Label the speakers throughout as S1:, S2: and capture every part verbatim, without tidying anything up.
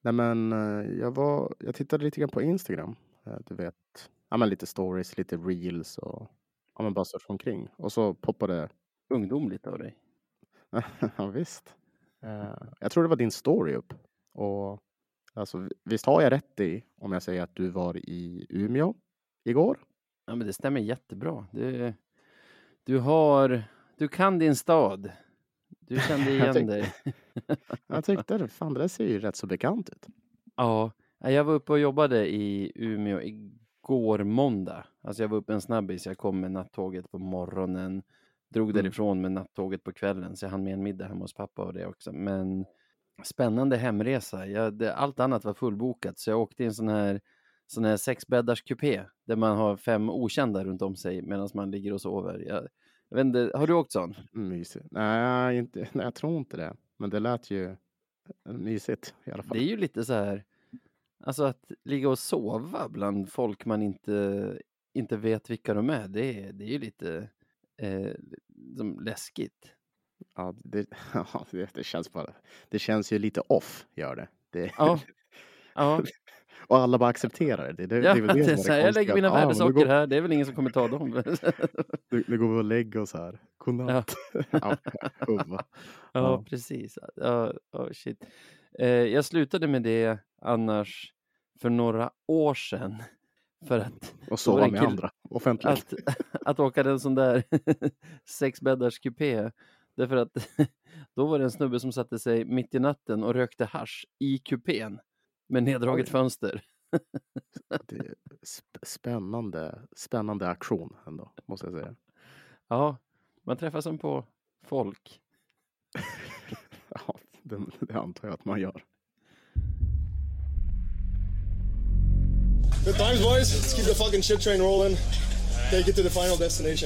S1: Nej men eh, jag var, jag tittade lite grann på Instagram. Eh, Du vet, ja men lite stories, lite reels och ja men bara surfa omkring. Och så poppade,
S2: Ungdomligt av dig.
S1: ja visst. Eh, Jag tror det var din story upp. Och alltså visst har jag rätt i om jag säger att du var i Umeå igår?
S2: Ja, men det stämmer jättebra. Du, du har, du kan din stad. Du kände
S1: Jag
S2: igen
S1: tyckte,
S2: dig.
S1: jag tyckte det, fan det där ser ju rätt så bekant ut.
S2: Ja, jag var uppe och jobbade i Umeå igår måndag. Alltså jag var uppe en snabbis. Jag kom med nattåget på morgonen. Drog
S1: Mm.
S2: därifrån med nattåget på kvällen. Så jag hann med en middag hemma hos pappa och det också. Men spännande hemresa. Jag, det, allt annat var fullbokat. Så jag åkte i en sån här, sån här sexbäddars kupé. Där man har fem okända runt om sig medan man ligger och sover. Jag, jag vet inte, har du åkt sån?
S1: Mysigt. Nej, inte, nej, jag tror inte det. Men det lät ju mysigt i alla fall.
S2: Det är ju lite så här, alltså att ligga och sova bland folk man inte, inte vet vilka de är, det är, det är ju lite eh, som läskigt.
S1: Ja, det, ja, det, det känns bara. Det känns ju lite off, gör det. det
S2: Ja, ja.
S1: Och alla bara accepterar det. Det, det,
S2: Ja,
S1: det är väl det
S2: det är
S1: som
S2: så
S1: är
S2: här,
S1: det
S2: jag lägger mina
S1: konstiga. Ja, men
S2: värdesaker
S1: nu går,
S2: här, det är väl ingen som kommer ta dem.
S1: nu, nu går vi och lägger oss här. Godnatt. Ja, huvva.
S2: Ja,
S1: Ja.
S2: precis. Ja, oh shit. Eh, jag slutade med det annars för några år sedan. För att
S1: Och
S2: då var
S1: sova
S2: det en
S1: med
S2: kill-
S1: andra offentligt.
S2: att, att åka en sån där sexbäddars kupé. Därför att då var det en snubbe som satte sig mitt i natten och rökte hasch i kupén med neddraget
S1: Oj.
S2: fönster.
S1: Det är sp- spännande, spännande aktion ändå, måste jag säga.
S2: Ja, man träffar som på folk.
S1: Ja, det, det antar jag att man gör.
S3: Good times, boys. Let's keep the fucking shit train rolling. Take it to the final destination.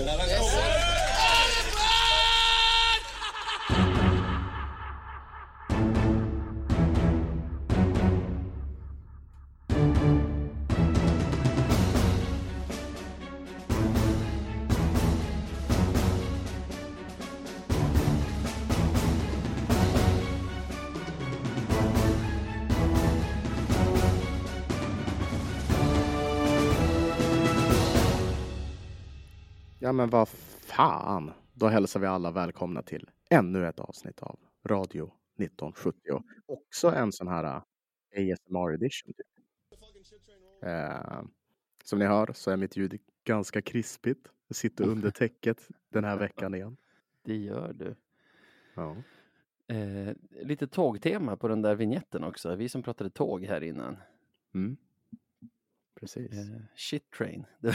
S1: Ja, men vad fan. Då hälsar vi alla välkomna till ännu ett avsnitt av Radio nitton sjuttio. Också en sån här A S M R edition. Typ. Eh, som ni hör så är mitt ljud ganska krispigt. Jag sitter under täcket den här veckan igen.
S2: Det gör du.
S1: Ja.
S2: Eh, lite tågtema på den där vignetten också. Vi som pratade tåg här innan.
S1: Mm. Precis.
S2: Eh, shit train. Det,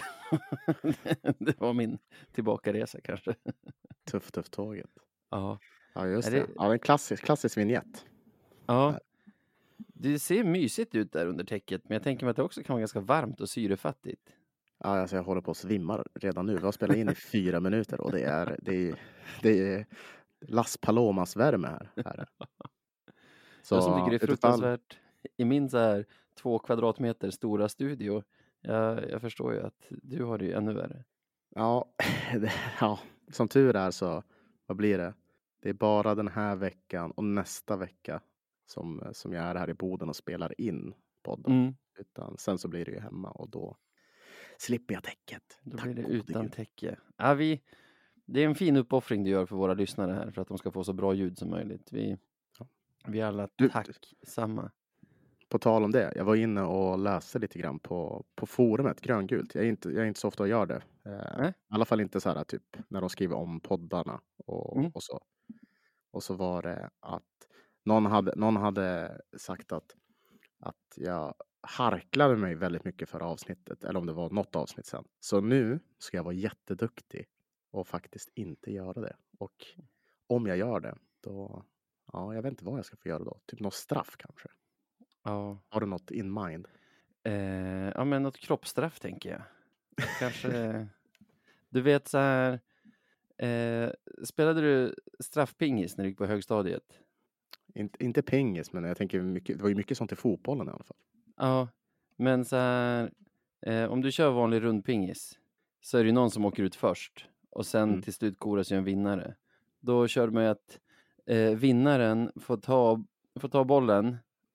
S2: det var min tillbakaresa kanske.
S1: Tuff, tuff tåget.
S2: Ja.
S1: Ja, just
S2: Är
S1: det.
S2: det-
S1: Ja, en klassisk, klassisk vignett.
S2: Ja. Det ser mysigt ut där under täcket. Men jag tänker mig att det också kan vara ganska varmt och syrefattigt.
S1: Ja, alltså jag håller på att svimma redan nu. Vi har spelat in i fyra minuter och det är, det är, det är Las Palomas värme här. här. Så,
S2: jag som tycker det är
S1: utifall-
S2: fruktansvärt i min så här två kvadratmeter stora studio. Jag, jag förstår ju att du har det ju ännu värre.
S1: Ja, det, ja, som tur är så, vad blir det? Det är bara den här veckan och nästa vecka som, som jag är här i Boden och spelar in podden.
S2: Mm.
S1: Utan sen så blir det ju hemma och då slipper jag täcket.
S2: Då
S1: Tack
S2: blir det
S1: gode
S2: utan
S1: Gud.
S2: täcke. Ja, vi, det är en fin uppoffring du gör för våra lyssnare här för att de ska få så bra ljud som möjligt. Vi,
S1: Ja.
S2: vi är alla
S1: Du-
S2: tacksamma.
S1: På tal om det, jag var inne och läste lite grann på, på forumet Gröngult. Jag är, inte, jag är inte så ofta att göra det. Eh,
S2: Nej.
S1: I alla fall inte så här typ när de skriver om poddarna och,
S2: Mm.
S1: och så. Och så var det att någon hade, någon hade sagt att, att jag harklade mig väldigt mycket för avsnittet. Eller om det var något avsnitt sen. Så nu ska jag vara jätteduktig och faktiskt inte göra det. Och om jag gör det, då, ja, jag vet inte vad jag ska få göra då. Typ något straff kanske.
S2: Ja.
S1: Har du något in mind?
S2: Eh, ja, men något kroppsstraff tänker jag. Kanske, du vet så här, eh, spelade du straffpingis när du gick på högstadiet?
S1: Inte, inte pengis, men jag tänker mycket, det var ju mycket sånt i fotbollen i alla fall.
S2: Ja, men så här, eh, om du kör vanlig rundpingis så är det ju någon som åker ut först och sen
S1: Mm.
S2: till slut koras ju en vinnare. Då kör man ju att eh, vinnaren får ta, får ta bollen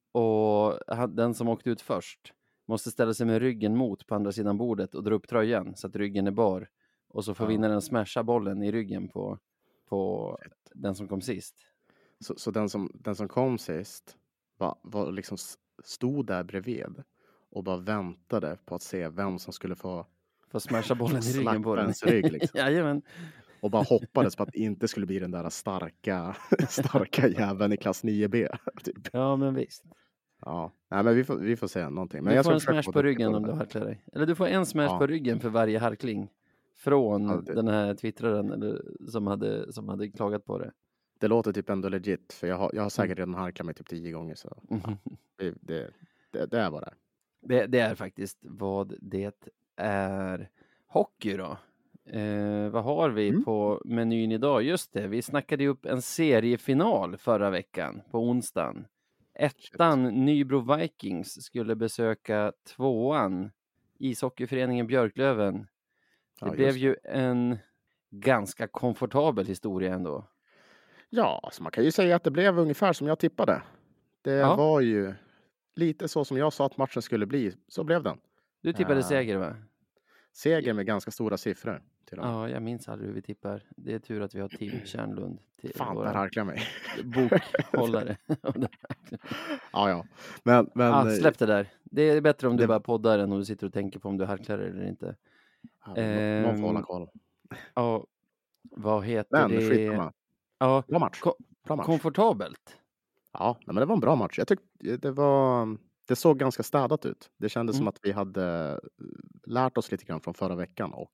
S2: Och han, den som åkte ut först måste ställa sig med ryggen mot på andra sidan bordet och dra upp tröjan så att ryggen är bar. Och så får
S1: Ja.
S2: vinnaren smasha bollen i ryggen på, på den som kom sist.
S1: Så, så den, som, den som kom sist var, var liksom s- stod där bredvid och bara väntade på att se vem som skulle få
S2: Får smasha bollen i ryggen på den.
S1: ens rygg. Liksom.
S2: Jajamän.
S1: Och bara hoppades på att det inte skulle bli den där starka, starka jäveln i klass nio B. Typ.
S2: Ja, men visst.
S1: Ja, nej, men vi får, vi får se någonting. Men
S2: Du
S1: jag
S2: får
S1: ska
S2: en
S1: försöka
S2: smash
S1: få
S2: på
S1: duktig
S2: ryggen
S1: det
S2: om du
S1: där.
S2: harklar dig. Eller du får en smash
S1: Ja.
S2: på ryggen för varje harkling. Från
S1: Ja, det-
S2: den här twittraren eller, som, hade, som hade klagat på det.
S1: Det låter typ ändå legit. För jag har, jag har säkert redan harklat mig typ tio gånger. Så
S2: Mhm.
S1: det, det, det, det är vad det är.
S2: Det, det är faktiskt vad det är. Hockey då? Eh, vad har vi
S1: Mm.
S2: på menyn idag? Just det, vi snackade ju upp en seriefinal förra veckan på onsdagen. Ettan Nybro Vikings skulle besöka tvåan ishockeyföreningen Björklöven. Det
S1: Ja,
S2: blev
S1: just.
S2: ju en ganska komfortabel historia ändå.
S1: Ja, alltså man kan ju säga att det blev ungefär som jag tippade. Det
S2: Ja.
S1: var ju lite så som jag sa att matchen skulle bli. Så blev den.
S2: Du tippade
S1: Eh,
S2: seger, va?
S1: Seger med ganska stora siffror. Till och med.
S2: Ja, jag minns aldrig hur vi tippar. Det är tur att vi har Tim Kärnlund till
S1: Fan,
S2: våra
S1: där harklar jag mig.
S2: bokhållare.
S1: Ja, ja. Men, men
S2: ah, släpp det där. Det är bättre om du
S1: det-
S2: bara poddar än om du sitter och tänker på om du harklar eller inte.
S1: ja, men någon får hålla
S2: Ehm,
S1: koll.
S2: Ja, vad heter
S1: Men
S2: det?
S1: skitsamma.
S2: Ja,
S1: Bra match.
S2: Ko-
S1: Bra match.
S2: komfortabelt.
S1: Ja, nej, men det var en bra match. Jag tyckte det var. Det såg ganska städat ut. Det kändes
S2: Mm.
S1: som att vi hade eh, lärt oss lite grann från förra veckan och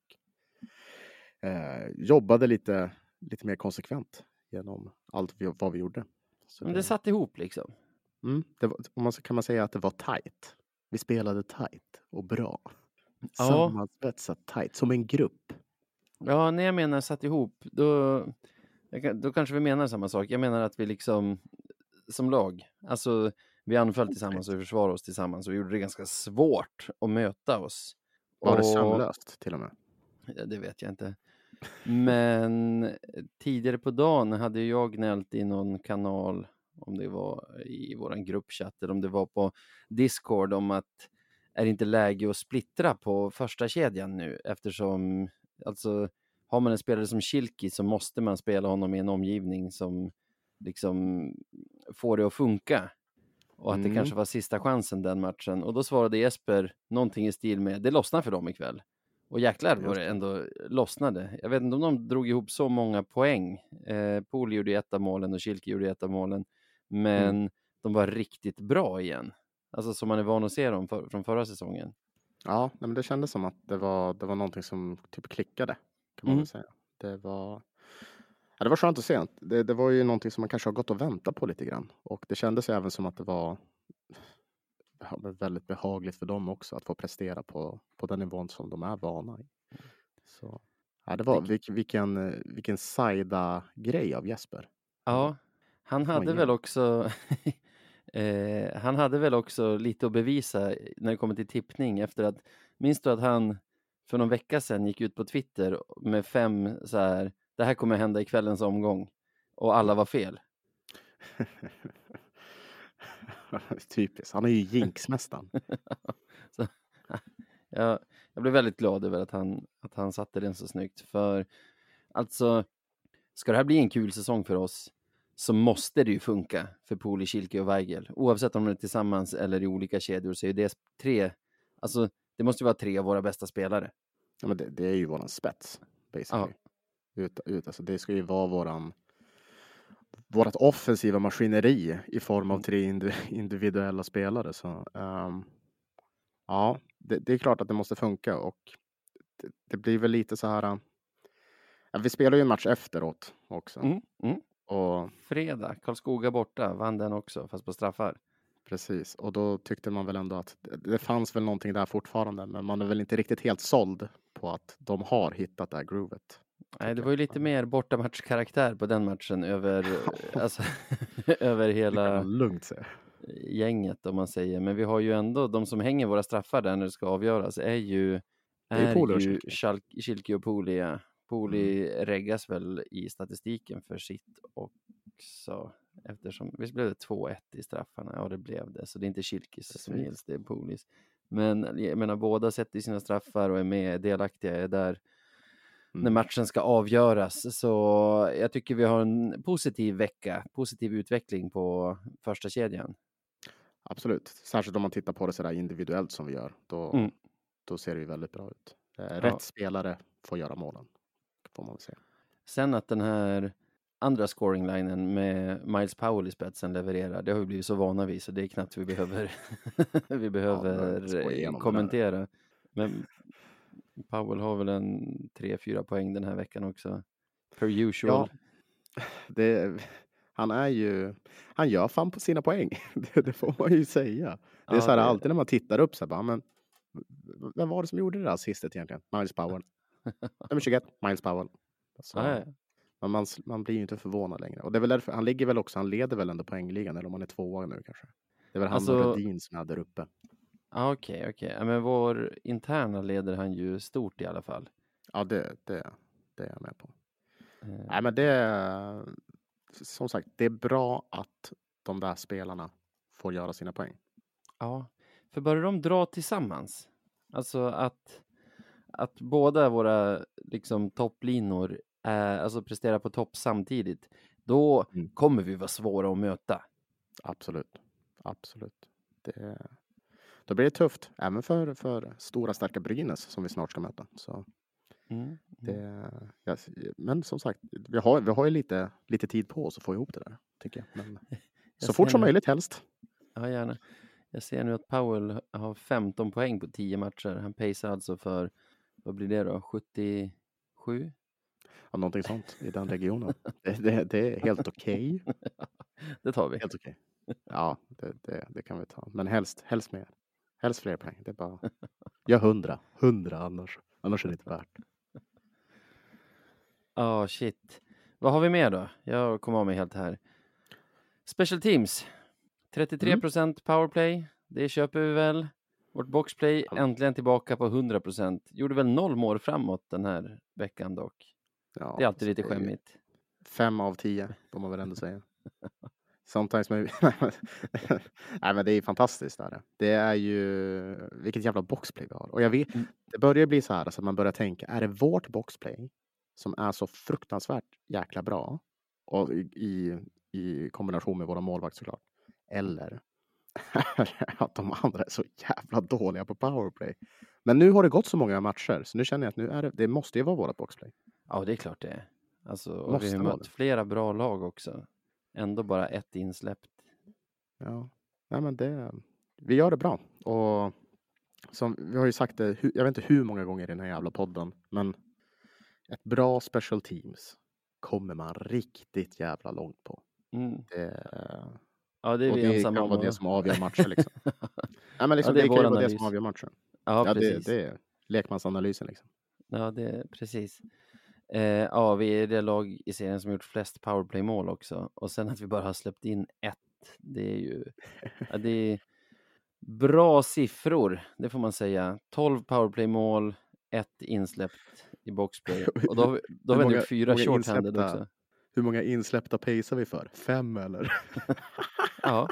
S1: eh, jobbade lite, lite mer konsekvent genom allt vi, vad vi gjorde. Så
S2: Men det satt ihop liksom.
S1: mm, det var, om man, så kan man säga att det var tight. Vi spelade tight och bra.
S2: Ja.
S1: Sammansvetsat tight, som en grupp.
S2: Ja, när jag menar satt ihop, då, jag kan- då kanske vi menar samma sak. Jag menar att vi liksom, som lag, alltså vi anföll tillsammans och försvarade oss tillsammans och gjorde det ganska svårt att möta oss.
S1: Var det
S2: Och-
S1: sömnlöst till och med?
S2: Ja, det vet jag inte. Men tidigare på dagen hade jag gnällt i någon kanal, om det var i våran gruppchatt eller om det var på Discord, om att är det inte läge att splittra på första kedjan nu, eftersom alltså har man en spelare som Schilke så måste man spela honom i en omgivning som liksom får det att funka. Och att det
S1: Mm.
S2: kanske var sista chansen den matchen. Och då svarade Jesper någonting i stil med, det lossnar för dem ikväll. Och jäklar vad
S1: Just
S2: det ändå lossnade. Jag vet inte om de drog ihop så många poäng. Eh, Pool gjorde ett av målen och Schilke gjorde ett av målen. Men
S1: Mm.
S2: de var riktigt bra igen. Alltså som man är van att se dem för, från förra säsongen.
S1: Ja, nej, men det kändes som att det var, det var någonting som typ klickade. Kan man
S2: Mm.
S1: väl säga. Det var, ja, det var skönt att se. Det, det var ju någonting som man kanske har gått och väntat på lite grann. Och det kändes ju även som att det var ja, men väldigt behagligt för dem också att få prestera på, på den nivån som de är vana i. Så, ja, det var vilk, vilken, vilken sajda-grej av Jesper.
S2: Ja, han hade
S1: igen.
S2: väl också eh, han hade väl också lite att bevisa när det kommer till tippning efter att, minns du att han för någon vecka sedan gick ut på Twitter med fem så här, det här kommer hända i kvällens omgång och alla var fel.
S1: Typiskt. Han är ju jinxmästaren.
S2: Så, jag, jag blev väldigt glad över att han, att han satte den så snyggt, för alltså ska det här bli en kul säsong för oss så måste det ju funka för Poli, Schilke och Weigel. Oavsett om de är tillsammans eller i olika kedjor så är det tre, alltså det måste ju vara tre av våra bästa spelare.
S1: Ja, men det, det är ju våran spets. Basically. Ut, ut, alltså det ska ju vara våran vårat offensiva maskineri i form av tre indi- individuella spelare. Så, um, ja, det, det är klart att det måste funka och det, det blir väl lite så här. Ja, vi spelar ju en match efteråt också.
S2: Mm, mm.
S1: Och
S2: Fredag, Karlskoga borta, vann den också fast på straffar.
S1: precis, och då tyckte man väl ändå att det, det fanns väl någonting där fortfarande, men man är väl inte riktigt helt såld på att de har hittat det här groovet.
S2: Nej, det var ju lite mer bortamatchkaraktär på den matchen över, alltså, över
S1: Det kan
S2: hela
S1: man lugnt säga.
S2: gänget om man säger. Men vi har ju ändå, de som hänger våra straffar där när det ska avgöras är ju,
S1: Det är
S2: är
S1: Poli och
S2: ju
S1: Schilke.
S2: Schal- Schilke och Poli. Ja. Poli reggas väl i statistiken för sitt också. Eftersom, visst blev det två ett i straffarna? Ja, det blev det. Så det är inte Kilkis som
S1: Precis.
S2: gills, det är Pulis. Men jag menar, båda sätter sina straffar och är med, delaktiga, är där när
S1: Mm.
S2: matchen ska avgöras. Så jag tycker vi har en positiv vecka, positiv utveckling på första kedjan.
S1: Absolut. Särskilt om man tittar på det sådär individuellt som vi gör. Då,
S2: Mm.
S1: då ser det ju väldigt bra ut. Eh, Rätt
S2: Ja.
S1: spelare får göra målen. Får man väl säga.
S2: Sen att den här andra scoringlinen med Miles Powell i spetsen levererar, det har vi blivit så vana vid, så det är knappt vi behöver vi behöver
S1: Ja, gå igenom
S2: eh,
S1: det
S2: kommentera. Men Powell har väl en tre fyra poäng den här veckan också. Per usual.
S1: Det, han är ju, han gör fan på sina poäng. Det, det får man ju säga. Det är
S2: Ja,
S1: så här
S2: det-
S1: alltid när man tittar upp så här, bara, men vem var det som gjorde det där assistet egentligen? Miles Powell. Nummer tjugoett, Miles Powell. Så,
S2: Ja, ja.
S1: men man, man blir ju inte förvånad längre. Och det är väl därför, han ligger väl också, han leder väl ändå poängligan, eller om han är tvåa nu kanske. Det är väl han
S2: Alltså-
S1: och Rudin som är där uppe.
S2: Ja, okej, okej. Ja, men vår interna leder han ju stort i alla fall.
S1: Ja, det, det, det är jag med på.
S2: Eh,
S1: Nej, men det är, som sagt, det är bra att de där spelarna får göra sina poäng.
S2: Ja, för börjar de dra tillsammans, alltså att, att båda våra liksom topplinor är, alltså presterar på topp samtidigt, då
S1: Mm.
S2: kommer vi vara svåra att möta.
S1: Absolut. Absolut. Det, då blir det tufft. Även för, för stora starka Brynäs som vi snart ska möta. Så
S2: Mm.
S1: det, ja, men som sagt, vi har, vi har ju lite, lite tid på oss att få ihop det där, tycker jag. Men
S2: Jag
S1: så
S2: ser
S1: fort som
S2: nu-
S1: möjligt helst. Ja,
S2: Ja, gärna. Jag ser nu att Powell har femton poäng på tio matcher. Han pacear alltså för, vad blir det då, sjuttiosju?
S1: någonting sånt i den regionen. Det, det, det är helt okej.
S2: Det tar vi.
S1: Helt okej. Ja, det, det, det kan vi ta. Men helst, helst mer. Helst fler poäng. Det är bara, gör hundra. Hundra annars. Annars är det inte värt.
S2: Ja, shit. Vad har vi mer då? Jag kommer av mig helt här. Special Teams. trettiotre procent powerplay. Det köper vi väl. Vårt boxplay
S1: Ja.
S2: äntligen tillbaka på hundra procent. Gjorde väl noll mål framåt den här veckan dock.
S1: Ja,
S2: Det är alltid lite
S1: är ju
S2: skämmigt.
S1: Fem av tio, får man väl ändå säga. Sometimes maybe. Nej, men det är fantastiskt. Där. Det är ju, vilket jävla boxplay vi har. Och jag vet,
S2: Mm.
S1: det börjar bli så här, alltså man börjar tänka, är det vårt boxplay som är så fruktansvärt jäkla bra? Och i, i, i kombination med våra målvakt såklart. Eller att de andra är så jävla dåliga på powerplay. Men nu har det gått så många matcher, så nu känner jag att nu är det, det måste ju vara vårt boxplay.
S2: Ja, det är klart det är. Alltså, och vi
S1: Måste
S2: har
S1: vara
S2: mött
S1: det.
S2: flera bra lag också. Ändå bara ett insläppt.
S1: Ja, nej men det, vi gör det bra. Och som, vi har ju sagt det, hu- jag vet inte hur många gånger i den här jävla podden, men ett bra special teams kommer man riktigt jävla långt på.
S2: Mm.
S1: Det,
S2: Ja, det är
S1: och
S2: vi
S1: det
S2: ensamma
S1: kan
S2: om.
S1: vara det
S2: att-
S1: som avgör matcher liksom. Nej, men liksom
S2: Ja, det är
S1: det, kan
S2: vår
S1: ju vara det
S2: analys.
S1: som avgör matchen.
S2: Ja,
S1: Ja,
S2: precis.
S1: det, det är lekmansanalysen liksom.
S2: Ja, det är precis. Eh, ja, vi är det lag i serien som gjort flest powerplay-mål också. Och sen att vi bara har släppt in ett. Det är ju ja, det är bra siffror, det får man säga. tolv powerplay-mål, ett insläppt i boxplay. Och då har vi, då har vi
S1: Hur
S2: ändå
S1: många-
S2: gjort fyra
S1: hur många
S2: shorthanded
S1: insläppta?
S2: också.
S1: Hur många insläppta pacear vi för? Fem eller?
S2: Ja.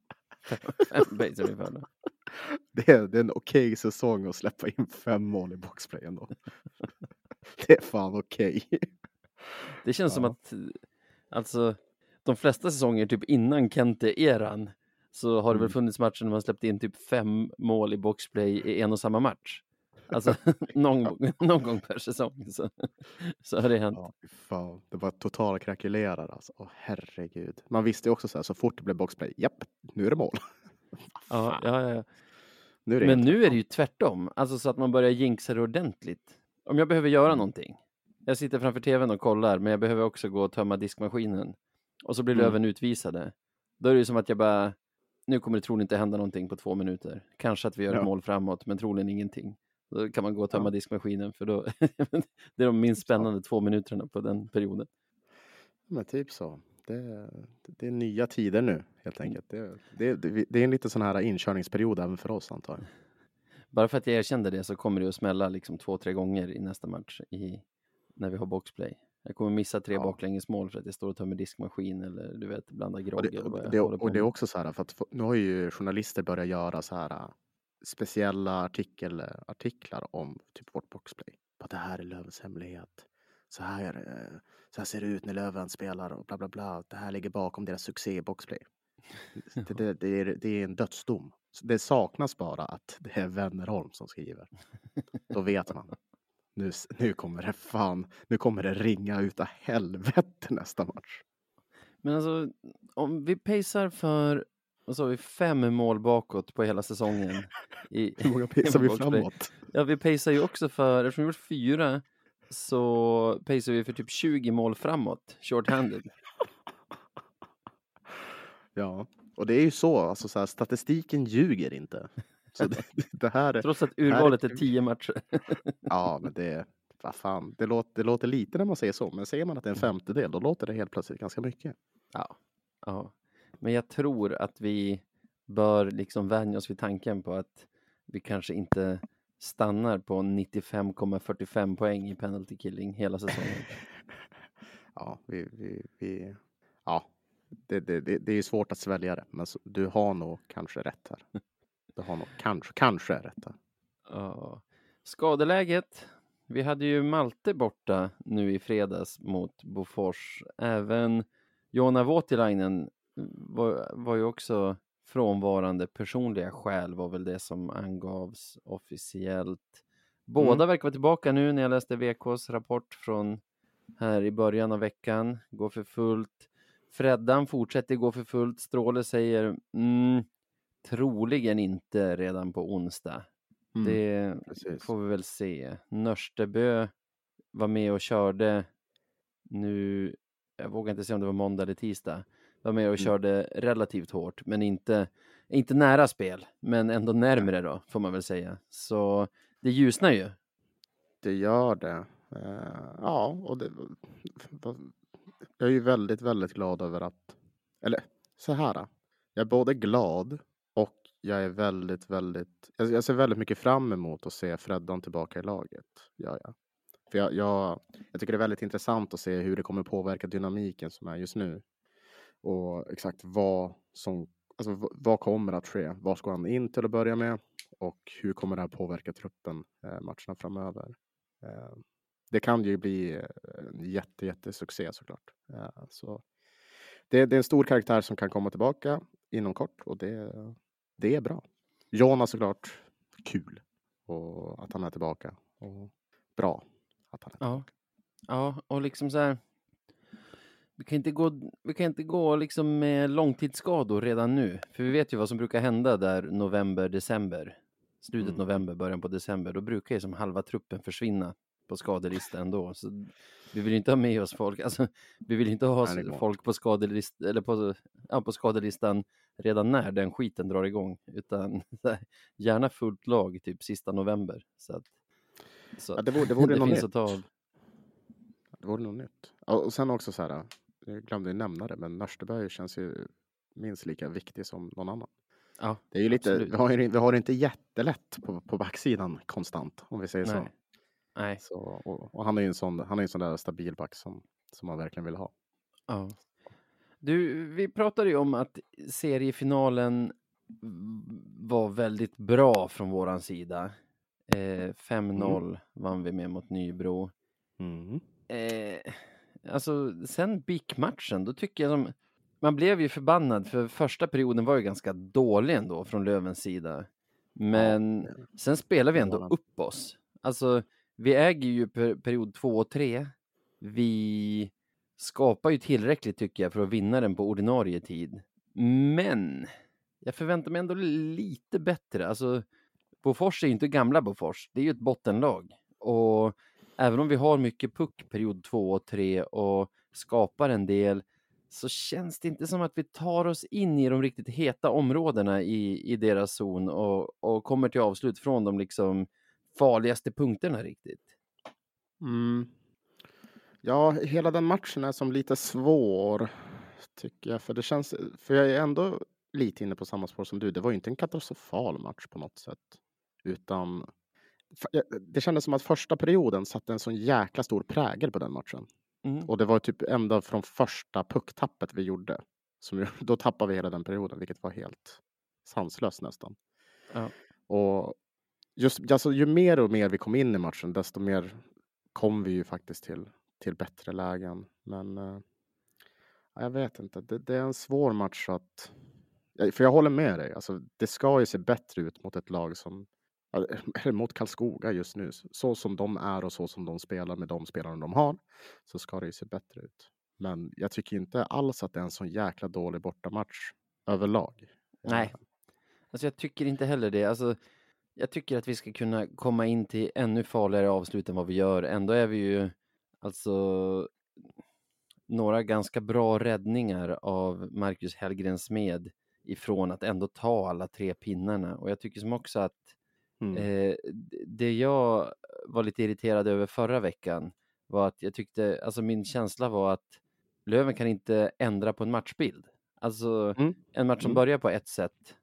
S2: Fem pacer vi för då.
S1: Det är, det är en okej säsong att släppa in fem mål i boxplay ändå. Det är fan okej.
S2: Det känns som
S1: Ja.
S2: att alltså de flesta säsonger typ innan Kente-eran så har det väl
S1: Mm.
S2: funnits matcher när man släppt in typ fem mål i boxplay i en och samma match. Alltså någon, någon gång per säsong så, så har det hänt.
S1: Ja, fy fan. Det var total krackulerare alltså. Åh herregud. Man visste ju också så här, så fort det blev boxplay, japp, nu är det mål.
S2: Ja, ja, ja.
S1: Nu är det
S2: Men
S1: helt
S2: nu
S1: rätt.
S2: är det ju tvärtom. Alltså så att man börjar jinxa det ordentligt. Om jag behöver göra
S1: Mm.
S2: någonting. Jag sitter framför tvn och kollar, men jag behöver också gå och tömma diskmaskinen. Och så blir
S1: Mm.
S2: Löven utvisade. Då är det ju som att jag bara, nu kommer det troligen inte hända någonting på två minuter. Kanske att vi gör ett
S1: Ja.
S2: mål framåt, men troligen ingenting. Då kan man gå och tömma
S1: Ja.
S2: diskmaskinen, för då det är de minst spännande två minuterna på den perioden.
S1: Men typ så. Det, det är nya tider nu helt enkelt. Det, det, det, det är en lite sån här inkörningsperiod även för oss antar jag.
S2: Bara för att jag erkände det så kommer det att smälla liksom två, tre gånger i nästa match i, när vi har boxplay. Jag kommer missa tre
S1: Ja.
S2: baklängesmål för att jag står och tar med diskmaskin eller du vet, blandar grogg.
S1: Och det,
S2: eller vad
S1: och,
S2: jag
S1: det,
S2: håller på
S1: och det är
S2: med.
S1: också så här, för att få- nu har ju journalister börjat göra så här äh, speciella artikel, artiklar om typ vårt boxplay. Att det här är Lövens hemlighet. Så här, eh, så här ser det ut när Löven spelar och bla bla bla. Det här ligger bakom deras succé i boxplay. Det, det, det, är, det är en dödsdom. Så det saknas bara att det är Wennerholm som skriver. Då vet man. Nu, nu kommer det fan, nu kommer det ringa utav helvete nästa match.
S2: Men alltså, om vi pacear för, vad sa vi, fem mål bakåt på hela säsongen. I,
S1: Hur många pacear vi
S2: boxplay.
S1: framåt?
S2: Ja, vi pacear ju också för, eftersom vi gjort fyra, så pacear vi för typ tjugo mål framåt, short-handed.
S1: Ja, och det är ju så, alltså så här, statistiken ljuger inte. Så det, det här är,
S2: Trots att urvalet
S1: här
S2: är tio matcher.
S1: ja, men det, vad fan, det låter, det låter lite när man säger så, men säger man att det är en femtedel, då låter det helt plötsligt ganska mycket.
S2: Ja, ja. Men jag tror att vi bör liksom vänja oss vid tanken på att vi kanske inte stannar på nittiofem komma fyrtiofem poäng i penalty killing hela säsongen.
S1: Ja, vi, vi, vi ja, det, det, det, det är ju svårt att svälja det, men så, du har nog kanske rätt här. Du har nog kanske, kanske rätt här.
S2: Ja. Skadeläget. Vi hade ju Malte borta nu i fredags mot Bofors. Även Joona Voutilainen var, var ju också frånvarande. Personliga skäl var väl det som angavs officiellt. Båda
S1: Mm.
S2: verkar vara tillbaka nu när jag läste V K:s rapport från här i början av veckan. Går för fullt. Freddan fortsätter gå för fullt. Stråle säger mm, troligen inte redan på onsdag.
S1: Mm,
S2: Det
S1: precis.
S2: får vi väl se. Nörstebö var med och körde nu, jag vågar inte säga om det var måndag eller tisdag, var med och
S1: Mm.
S2: körde relativt hårt, men inte, inte nära spel, men ändå närmare då, får man väl säga. Så det ljusnar ju.
S1: Det gör det. Uh, ja, och det, jag är ju väldigt, väldigt glad över att, eller så här, jag är både glad och jag är väldigt, väldigt, jag, jag ser väldigt mycket fram emot att se Freddan tillbaka i laget. Ja, ja. För jag, jag, jag tycker det är väldigt intressant att se hur det kommer påverka dynamiken som är just nu. Och exakt vad som, alltså vad, vad kommer att ske? Vad ska han in till att börja med? Och hur kommer det här påverka truppen eh, matcherna framöver? Eh, det kan ju bli en jätte, jättesuccé såklart. Eh, så det, det är en stor karaktär som kan komma tillbaka inom kort och det, det är bra. Jonas såklart, kul och att han är tillbaka och bra att han är tillbaka.
S2: Ja, ja och liksom så här, vi kan inte gå, vi kan inte gå liksom med långtidsskador redan nu. För vi vet ju vad som brukar hända där november, december. Slutet
S1: Mm.
S2: november, början på december. Då brukar ju som halva truppen försvinna på skadelistan ändå. Så vi vill inte ha med oss folk. Alltså, vi vill inte ha
S1: Nej, det går.
S2: folk på skadelistan, eller på, ja, på skadelistan redan när den skiten drar igång. Utan gärna fullt lag typ sista november. Så att, så
S1: Ja, det vore, det vore
S2: det
S1: något
S2: finns
S1: nytt.
S2: att ta av.
S1: Det vore något nytt. Och sen också så här, jag glömde ju nämna det, men Nörsteberg känns ju minst lika viktig som någon annan.
S2: Ja,
S1: Det är ju lite,
S2: absolut.
S1: vi har, ju, vi har det inte jättelätt på, på backsidan konstant, om vi säger så.
S2: Nej. Nej.
S1: så och, och han är ju en sån, han är en sån där stabil back som, som man verkligen vill ha.
S2: Ja. Du, vi pratade ju om att seriefinalen var väldigt bra från våran sida. Eh, fem noll
S1: Mm.
S2: vann vi med mot Nybro.
S1: Mm.
S2: Eh, alltså, sen B I K-matchen, då tycker jag som... Man blev ju förbannad, för första perioden var ju ganska dålig ändå från Lövens sida. Men
S1: Ja,
S2: sen spelar vi ändå
S1: Målen.
S2: upp oss. Alltså, vi äger ju per, period två och tre. Vi skapar ju tillräckligt tycker jag för att vinna den på ordinarie tid. Men jag förväntar mig ändå lite bättre. Alltså, Bofors är ju inte gamla Bofors. Det är ju ett bottenlag. Och även om vi har mycket puck period två och tre och skapar en del, så känns det inte som att vi tar oss in i de riktigt heta områdena i, i deras zon och, och kommer till avslut från de liksom farligaste punkterna riktigt.
S1: Mm. Ja, hela den matchen är som lite svår tycker jag, för det känns, för jag är ändå lite inne på samma spår som du. Det var ju inte en katastrofal match på något sätt, utan det kändes som att första perioden satte en sån jäkla stor prägel på den matchen.
S2: Mm.
S1: Och det var typ ända från första pucktappet vi gjorde. Som, då tappade vi hela den perioden, vilket var helt sanslöst nästan.
S2: Ja.
S1: Och just, alltså, ju mer och mer vi kom in i matchen, desto mer kom vi ju faktiskt till, till bättre lägen. Men eh, jag vet inte, det, det är en svår match att... För jag håller med dig, alltså, det ska ju se bättre ut mot ett lag som... Eller mot Karlskoga just nu. Så som de är och så som de spelar med de spelarna de har, så ska det ju se bättre ut. Men jag tycker inte alls att det är en sån jäkla dålig bortamatch överlag.
S2: Nej, alltså jag tycker inte heller det. Alltså, jag tycker att vi ska kunna komma in till ännu farligare avslut än vad vi gör. Ändå är vi ju alltså några ganska bra räddningar av Marcus Hellgren Smed ifrån att ändå ta alla tre pinnarna. Och jag tycker som också att
S1: Mm.
S2: eh, det jag var lite irriterad över förra veckan var att jag tyckte, alltså min känsla var att Löven kan inte ändra på en matchbild. Alltså
S1: Mm.
S2: en match som
S1: Mm.
S2: börjar på ett sätt,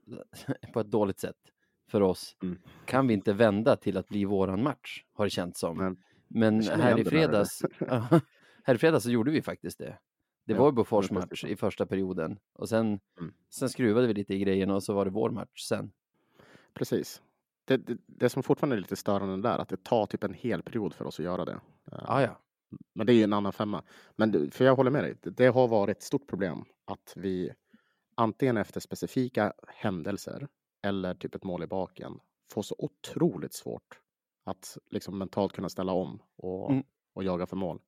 S2: på ett dåligt sätt för oss,
S1: Mm.
S2: kan vi inte vända till att bli våran match, har det känts som.
S1: Men,
S2: Men
S1: jag känner
S2: här
S1: igen
S2: i
S1: det där,
S2: fredags här i fredags så gjorde vi faktiskt det. Det
S1: Ja,
S2: var ju Bofors
S1: det är precis
S2: match
S1: så.
S2: i första perioden och sen,
S1: Mm.
S2: sen skruvade vi lite i grejerna och så var det vår match sen.
S1: Precis. Det, det, det som fortfarande är lite störande där, att det tar typ en hel period för oss att göra det. Eh,
S2: Ah, ja.
S1: Men det är ju en annan femma. Men du- för jag håller med dig, det, det har varit ett stort problem att vi antingen efter specifika händelser eller typ ett mål i baken får så otroligt svårt att liksom mentalt kunna ställa om och,
S2: Mm.
S1: och jaga för mål.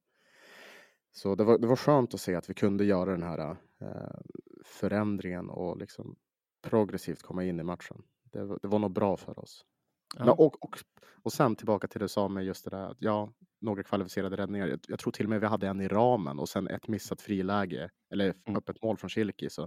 S1: Så det var, det var skönt att se att vi kunde göra den här eh, förändringen och liksom progressivt komma in i matchen. Det, var- det var nog bra för oss.
S2: Ja.
S1: Men, och, och, och sen tillbaka till det du sa med just det där, att ja, några kvalificerade räddningar. Jag, jag tror till och med vi hade en i ramen och sen ett missat friläge, eller
S2: Mm.
S1: öppet mål från Kilki. Så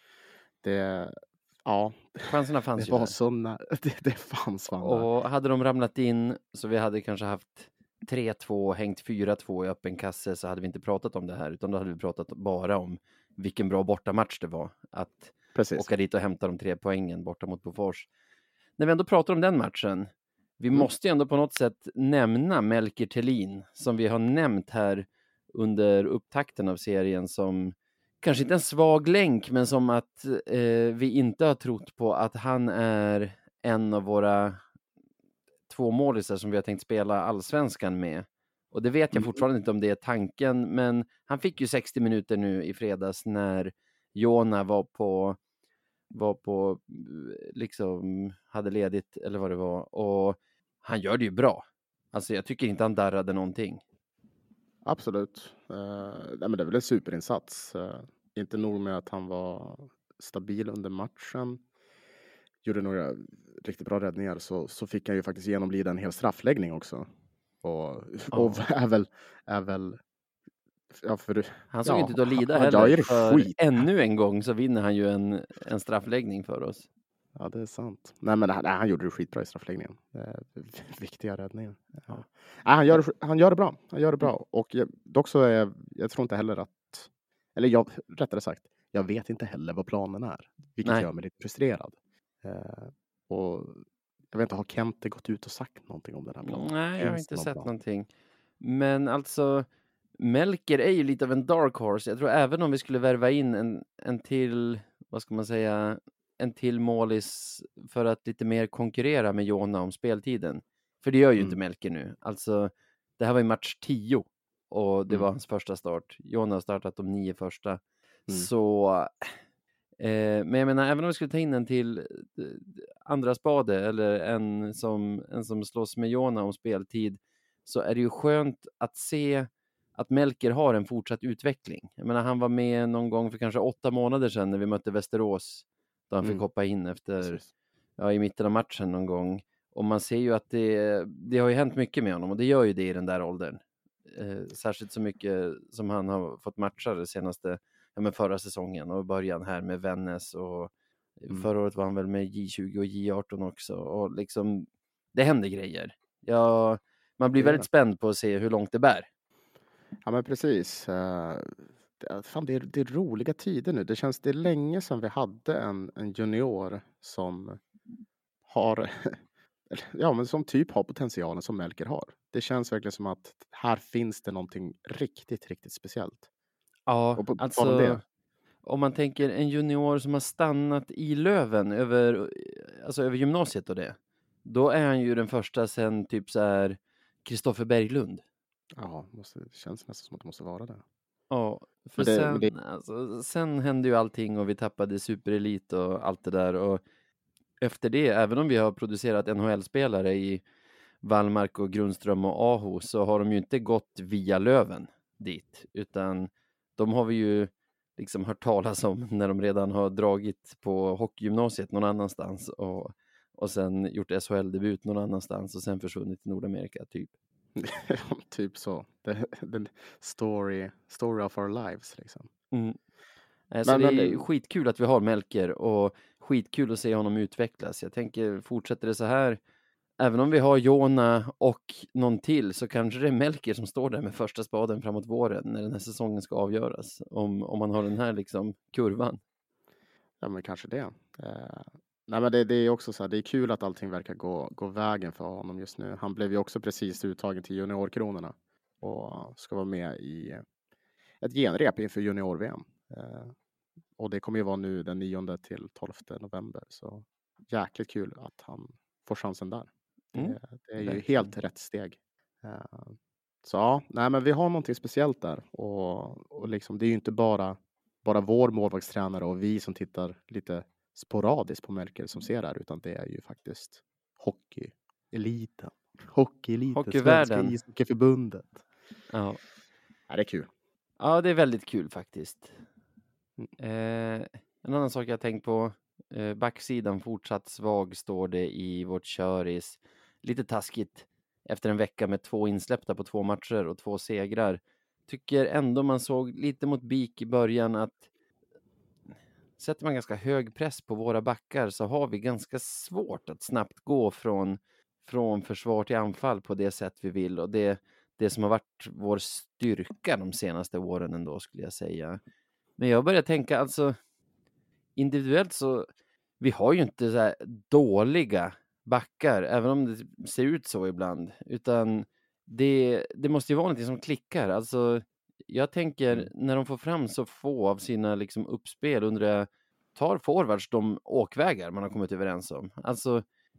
S1: det, ja,
S2: Chanserna fanns
S1: det
S2: ju
S1: var
S2: där.
S1: så nä- det, det fanns fan där.
S2: Och hade de ramlat in så vi hade kanske haft tre två och hängt fyra två i öppen kasse så hade vi inte pratat om det här, utan då hade vi pratat bara om vilken bra bortamatch det var att
S1: Precis.
S2: åka dit och hämta de tre poängen borta mot Bofors. När vi ändå pratar om den matchen, vi
S1: Mm.
S2: måste ju ändå på något sätt nämna Melker Thelin som vi har nämnt här under upptakten av serien som kanske inte en svag länk, men som att eh, vi inte har trott på att han är en av våra två målisar som vi har tänkt spela allsvenskan med. Och det vet jag
S1: Mm.
S2: fortfarande inte om det är tanken, men han fick ju sextio minuter nu i fredags när Jona var på var på liksom hade ledigt eller vad det var, och han gör det ju bra. Alltså jag tycker inte han darrade någonting.
S1: Absolut. Uh, nej, men det är väl en superinsats. Uh, inte nog med att han var stabil under matchen. Gjorde några riktigt bra räddningar, så, så fick han ju faktiskt genomlida en hel straffläggning också. Och,
S2: Ja.
S1: och är väl, är väl ja, för,
S2: Han såg
S1: ja,
S2: inte ut att lida
S1: han- han
S2: heller.
S1: gör ju
S2: För
S1: skit.
S2: ännu en gång så vinner han ju en, en straffläggning för oss.
S1: Ja, det är sant. Nej, men han, han gjorde det skitbra i straffläggningen. Eh, viktiga räddningar. Ja.
S2: Ja.
S1: Nej, han, gör, det- han gör det bra. Han gör det bra. Och jag, dock så är jag, jag tror inte heller att, eller jag, rättare sagt, jag vet inte heller vad planen är. Vilket
S2: Nej.
S1: gör mig lite frustrerad. Eh, och jag vet inte, har Kente gått ut och sagt någonting om den här planen?
S2: Nej, jag har
S1: Finns
S2: inte
S1: det någon
S2: sett
S1: plan?
S2: någonting. Men alltså, Melker är ju lite av en dark horse. Jag tror även om vi skulle värva in en, en till, vad ska man säga, en till målis för att lite mer konkurrera med Jona om speltiden. För det gör ju
S1: Mm.
S2: inte Melker nu. Alltså, det här var ju match tio och det
S1: Mm.
S2: var hans första start. Jona har startat de nio första.
S1: Mm.
S2: Så, eh, men jag menar, även om vi skulle ta in en till eh, andra spade eller en som, en som slåss med Jona om speltid, så är det ju skönt att se att Melker har en fortsatt utveckling. Jag menar, han var med någon gång för kanske åtta månader sedan när vi mötte Västerås, då han
S1: Mm.
S2: fick hoppa in efter,
S1: Precis.
S2: ja, i mitten av matchen någon gång. Och man ser ju att det, det har ju hänt mycket med honom, och det gör ju det i den där åldern. Eh, särskilt så mycket som han har fått matcha det senaste, ja, men förra säsongen och början här med Vännäs, och
S1: Mm.
S2: förra året var han väl med J tjugo och J arton också, och liksom det händer grejer. Ja, man blir
S1: Det gör
S2: väldigt
S1: det.
S2: spänd på att se hur långt det bär.
S1: Ja, men precis. Eh, det, fan, det, är, det är roliga tider nu. Det känns det är länge sedan vi hade en, en junior som har, ja, men som typ har potentialen som Melker har. det känns verkligen som att här finns det någonting riktigt, riktigt speciellt.
S2: Ja,
S1: Och på tal om
S2: alltså
S1: det,
S2: om man tänker en junior som har stannat i Löven över, alltså över gymnasiet och det, då är han ju den första sen typ så här Kristoffer Berglund.
S1: ja, måste, det känns nästan som att det måste vara det.
S2: Ja, för
S1: Men det-
S2: sen,
S1: men det-
S2: alltså, sen hände ju allting och vi tappade superelit och allt det där. Och efter det, även om vi har producerat N H L-spelare i Wallmark och Grundström och Aho, så har de ju inte gått via Löven dit, utan de har vi ju liksom hört talas om när de redan har dragit på hockeygymnasiet någon annanstans och, och sen gjort S H L-debut någon annanstans och sen försvunnit till Nordamerika typ.
S1: Typ så. The, the story, story of our lives liksom.
S2: Mm. Alltså
S1: Men-
S2: det
S1: men
S2: är
S1: det-
S2: skitkul att vi har Melker och skitkul att se honom utvecklas. Jag tänker, fortsätter det så här, även om vi har Jona och någon till, så kanske det är Melker som står där med första spaden framåt våren när den här säsongen ska avgöras. Om, om man har den här liksom kurvan.
S1: Ja, men kanske det. Eh, nej, men det, det är också så här, det är kul att allting verkar gå, gå vägen för honom just nu. Han blev ju också precis uttagen till juniorkronorna och ska vara med i ett genrep inför junior-V M. Eh, och det kommer ju vara nu den nionde till tolfte november. Så jäkligt kul att han får chansen där.
S2: Mm,
S1: Det, det är ju
S2: verkligen.
S1: helt rätt steg. Eh, så ja, nej, men vi har någonting speciellt där. Och, och liksom, det är ju inte bara, bara vår målvaktstränare och vi som tittar lite sporadiskt på Melker som ser det här, utan det är ju faktiskt hockeyeliten. Hockeyeliten.
S2: Hockeyvärlden.
S1: Svenska ishockeyförbundet.
S2: Ja.
S1: Ja, det är kul.
S2: Ja, det är väldigt kul faktiskt.
S1: Mm.
S2: Eh, en annan sak jag har tänkt på. Eh, backsidan fortsatt svag står det i vårt köris. Lite taskigt efter en vecka med två insläppta på två matcher och två segrar. Tycker ändå man såg lite mot BIK i början att sätter man ganska hög press på våra backar så har vi ganska svårt att snabbt gå från, från försvar till anfall på det sätt vi vill. Och det, det som har varit vår styrka de senaste åren ändå, skulle jag säga. Men jag börjar tänka, alltså individuellt så, vi har ju inte så här dåliga backar, även om det ser ut så ibland, utan det, det måste ju vara något som klickar. Alltså jag tänker, när de får fram så få av sina liksom uppspel, undrar, tar forwards de åkvägar man har kommit överens om? Alltså,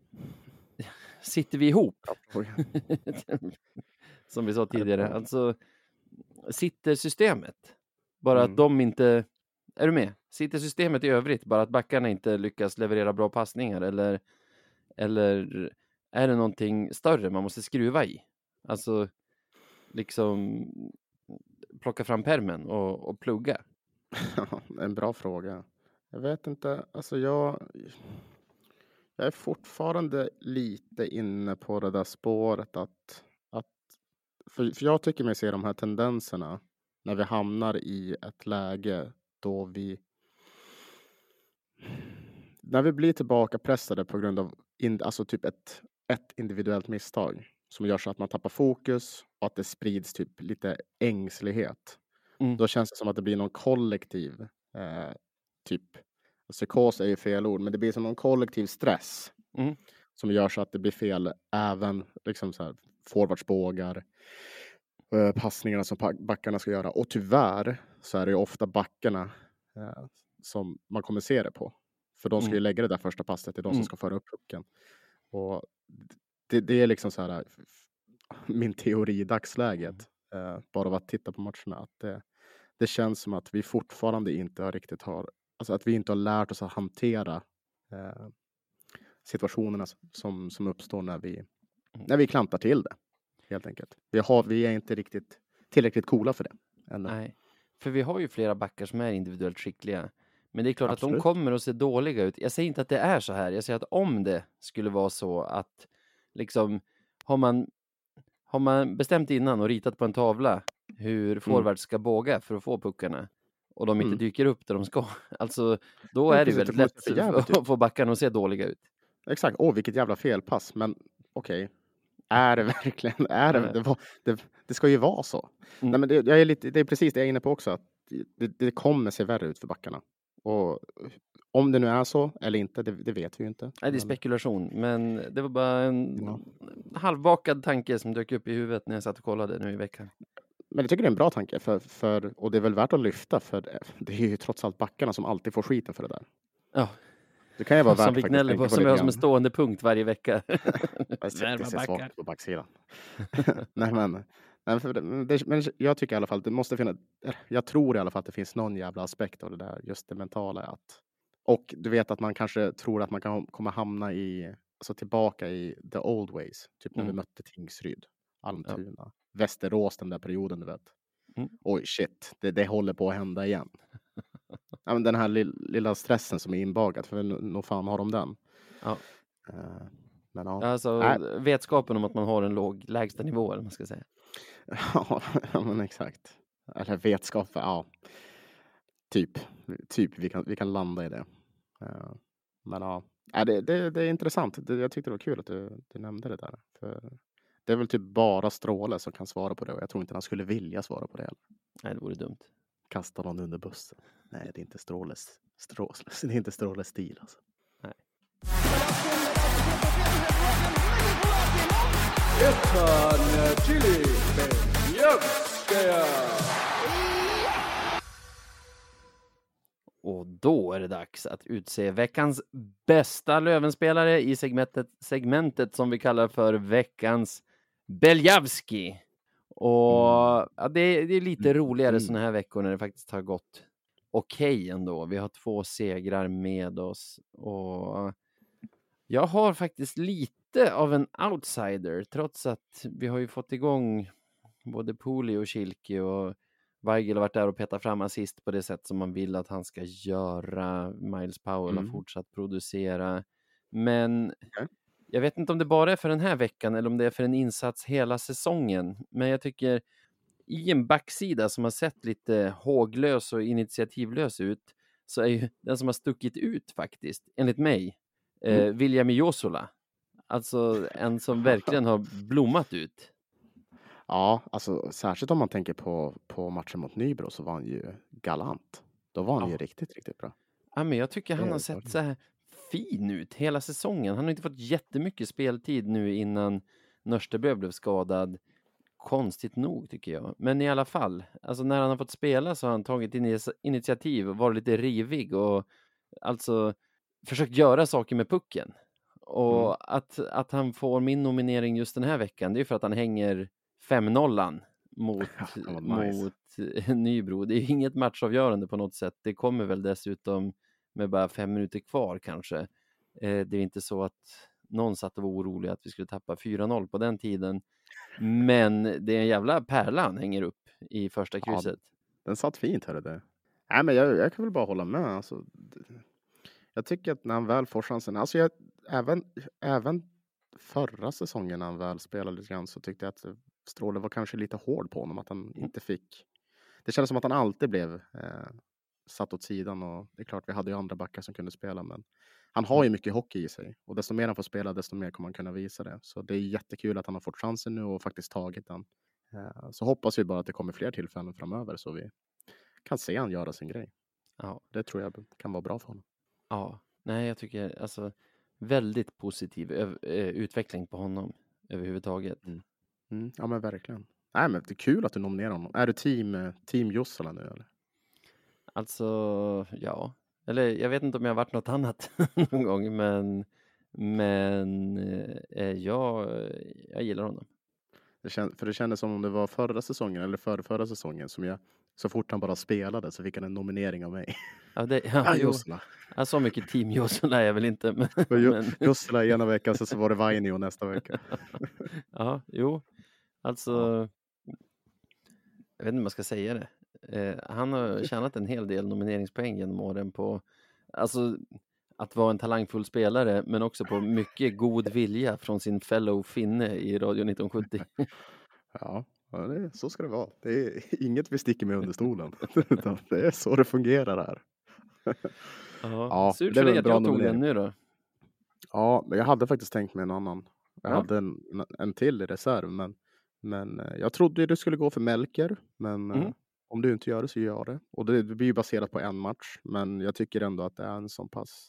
S2: sitter vi ihop? Som vi sa tidigare, alltså sitter systemet? Bara
S1: Mm.
S2: att de inte, är du med? Sitter systemet i övrigt, bara att backarna inte lyckas leverera bra passningar, eller, eller är det någonting större man måste skruva i? Alltså, liksom plocka fram permen och, och plugga.
S1: En bra fråga. Jag vet inte, alltså jag, jag är fortfarande lite inne på det där spåret att, att för, för jag tycker mig se de här tendenserna när vi hamnar i ett läge då vi när vi blir tillbaka pressade på grund av in, alltså typ ett, ett individuellt misstag som gör så att man tappar fokus och att det sprids typ lite ängslighet.
S2: Mm.
S1: Då känns det som att det blir någon kollektiv eh, typ, psykos är ju fel ord, men det blir som någon kollektiv stress
S2: Mm.
S1: som gör så att det blir fel även liksom så här forwardsbågar, eh, passningarna som pa- backarna ska göra. Och tyvärr så är det ju ofta backarna eh, som man kommer se det på. För de ska ju
S2: Mm.
S1: lägga det där första passet, det är de som
S2: Mm.
S1: ska föra upp pucken. Och det, det är liksom så här min teori i dagsläget, eh, bara av att titta på matcherna, att det, det känns som att vi fortfarande inte har riktigt har, alltså att vi inte har lärt oss att hantera eh, situationerna som, som uppstår när vi, när vi klantar till det, helt enkelt. Vi, har, vi är inte riktigt tillräckligt coola för det ännu.
S2: Nej, för vi har ju flera backar som är individuellt skickliga. Men det är klart att
S1: Absolut.
S2: de kommer att se dåliga ut. Jag säger inte att det är så här. Jag säger att om det skulle vara så att liksom har man, har man bestämt innan och ritat på en tavla hur forwards ska båga för att få puckarna och de inte
S1: Mm.
S2: dyker upp där de ska. Alltså, då
S1: Ja,
S2: är det
S1: precis,
S2: väldigt
S1: det kommer
S2: lätt
S1: se för jävligt ut.
S2: att få backarna att se dåliga ut.
S1: Exakt, åh vilket jävla felpass, men okej. Är det verkligen, är det,
S2: Nej.
S1: det, var, det, det ska ju vara så.
S2: Mm.
S1: Nej, men det, jag är lite, det är precis det jag är inne på också, att det, det kommer se värre ut för backarna. Och om det nu är så eller inte, det, det vet vi ju inte.
S2: Nej, det är
S1: Men-
S2: spekulation, men det var bara en
S1: Ja.
S2: halvbakad tanke som dök upp i huvudet när jag satt och kollade nu i veckan.
S1: Men jag tycker det är en bra tanke, för, för, och det är väl värt att lyfta, för det, det är ju trots allt backarna som alltid får skiten för det där.
S2: Ja,
S1: Det kan ju vara värt
S2: som vi
S1: faktiskt
S2: gnäller
S1: att
S2: på,
S1: tänka
S2: som vi har
S1: lite
S2: som en
S1: grann.
S2: stående punkt varje vecka.
S1: Jag ser-
S2: Värva
S1: det ser
S2: backar.
S1: svagt på backsidan. nej, men, nej, för det, men det, men jag tycker i alla fall att det måste finnas, jag tror i alla fall att det finns någon jävla aspekt av det där, just det mentala. Att, och du vet att man kanske tror att man kan komma hamna i, alltså tillbaka i the old ways. Typ när
S2: Mm.
S1: vi mötte Tingsryd, Almtuna, Västerås den där perioden, du vet.
S2: Mm.
S1: Oj shit, det, det håller på att hända igen. Ja, men den här lill, lilla stressen som är inbagad, för nog fan har de den.
S2: Ja.
S1: Eh, men ja.
S2: Alltså
S1: Nej.
S2: vetskapen om att man har en låg lägsta nivå, eller vad man ska säga.
S1: Ja, men exakt. Eller vetskap, ja. Typ, typ vi kan, vi kan landa i det. Eh, men ja, ja det, det, det är intressant. Det, jag tyckte det var kul att du, du nämnde det där. För det är väl typ bara Stråle som kan svara på det, och jag tror inte han skulle vilja svara på det heller.
S2: Nej, det vore dumt.
S1: Kasta någon under bussen. Nej, det är inte Stråles, Stråles, det är inte Stråles stil alltså.
S2: Nej. Och då är det dags att utse veckans bästa Lövenspelare i segmentet, segmentet som vi kallar för veckans Beljavski. Och
S1: Mm.
S2: ja, det, är, det är lite
S1: Mm.
S2: roligare
S1: Mm.
S2: såna här veckor när det faktiskt har gått okej ändå. Vi har två segrar med oss och jag har faktiskt lite av en outsider, trots att vi har ju fått igång både Puli och Schilke, och Weigel har varit där och petat fram assist på det sätt som man vill att han ska göra. Miles Powell
S1: Mm.
S2: har fortsatt producera. Men
S1: Okej.
S2: jag vet inte om det bara är för den här veckan eller om det är för en insats hela säsongen. Men jag tycker i en backsida som har sett lite håglös och initiativlös ut, så är ju den som har stuckit ut faktiskt, enligt mig, eh, William Josola. Alltså en som verkligen har blommat ut.
S1: Ja, alltså särskilt om man tänker på, på matchen mot Nybro, så var han ju galant. Då var han
S2: Ja.
S1: ju riktigt, riktigt bra.
S2: Ja, men jag tycker han
S1: Det är
S2: har
S1: det
S2: sett
S1: verkligen.
S2: så här fin ut hela säsongen. Han har inte fått jättemycket speltid nu innan Nörstebö blev skadad. Konstigt nog tycker jag. Men i alla fall, alltså när han har fått spela så har han tagit ini- initiativ och varit lite rivig och alltså försökt göra saker med pucken. Och
S1: Mm.
S2: att, att han får min nominering just den här veckan, det är för att han hänger fem noll mot,
S1: Ja, det var nice.
S2: mot Nybro. Det är ju inget matchavgörande på något sätt. Det kommer väl dessutom med bara fem minuter kvar kanske. Eh, det är inte så att någon satt och var orolig att vi skulle tappa fyra noll på den tiden. Men det är en jävla pärla han hänger upp i första
S1: Ja,
S2: krysset.
S1: Den satt fint, hörde det. Nej, men jag, jag kan väl bara hålla med. Alltså, det- jag tycker att när han väl får chansen, alltså jag, även, även förra säsongen när han väl spelade lite grann, så tyckte jag att Stråle var kanske lite hård på honom, att han inte fick. Det kändes som att han alltid blev eh, satt åt sidan, och det är klart vi hade ju andra backar som kunde spela, men han har ju mycket hockey i sig, och desto mer han får spela, desto mer kommer han kunna visa det. Så det är jättekul att han har fått chansen nu och faktiskt tagit den. Eh, så hoppas vi bara att det kommer fler tillfällen framöver, så vi kan se han göra sin grej.
S2: Ja,
S1: Det tror jag kan vara bra för honom.
S2: ja. Nej, jag tycker alltså väldigt positiv öv- eh, utveckling på honom överhuvudtaget.
S1: Mm, ja, men verkligen. Nej, men det är kul att du nominerar honom. Är du team, eh, team Jossala nu eller?
S2: Alltså, ja. Eller jag vet inte om jag har varit något annat någon gång, men, men eh, jag, jag gillar honom.
S1: Det känd, för det kändes som om det var förra säsongen eller förra, förra säsongen som jag, så fort han bara spelade så fick han en nominering av mig.
S2: Ja, det, ja,
S1: Ja,
S2: jo,
S1: Jossala.
S2: ja, så mycket team Jossela är jag väl inte. Men,
S1: Jo-
S2: men,
S1: Jossala ena veckan, så, så var det Vainio nästa vecka.
S2: ja, jo. Alltså, jag vet inte om man ska säga det. Eh, han har tjänat en hel del nomineringspoäng genom åren på, alltså, att vara en talangfull spelare, men också på mycket god vilja från sin fellow finne i Radio nitton sjuttio.
S1: Ja, ja det, så ska det vara. Det är inget vi sticker med under stolen. Utan det är så det fungerar här.
S2: Ja,
S1: Ja,
S2: surt
S1: det är
S2: för
S1: väl
S2: dig
S1: en
S2: att
S1: bra
S2: jag tog den
S1: nominering.
S2: nu då.
S1: Ja, men jag hade faktiskt tänkt mig en annan. Jag
S2: Ja.
S1: hade en, en till i reserv, men, men eh, jag trodde det skulle gå för Melker, men eh,
S2: Mm.
S1: om du inte gör det så gör det. Och det, det blir ju baserat på en match. Men jag tycker ändå att det är en sån pass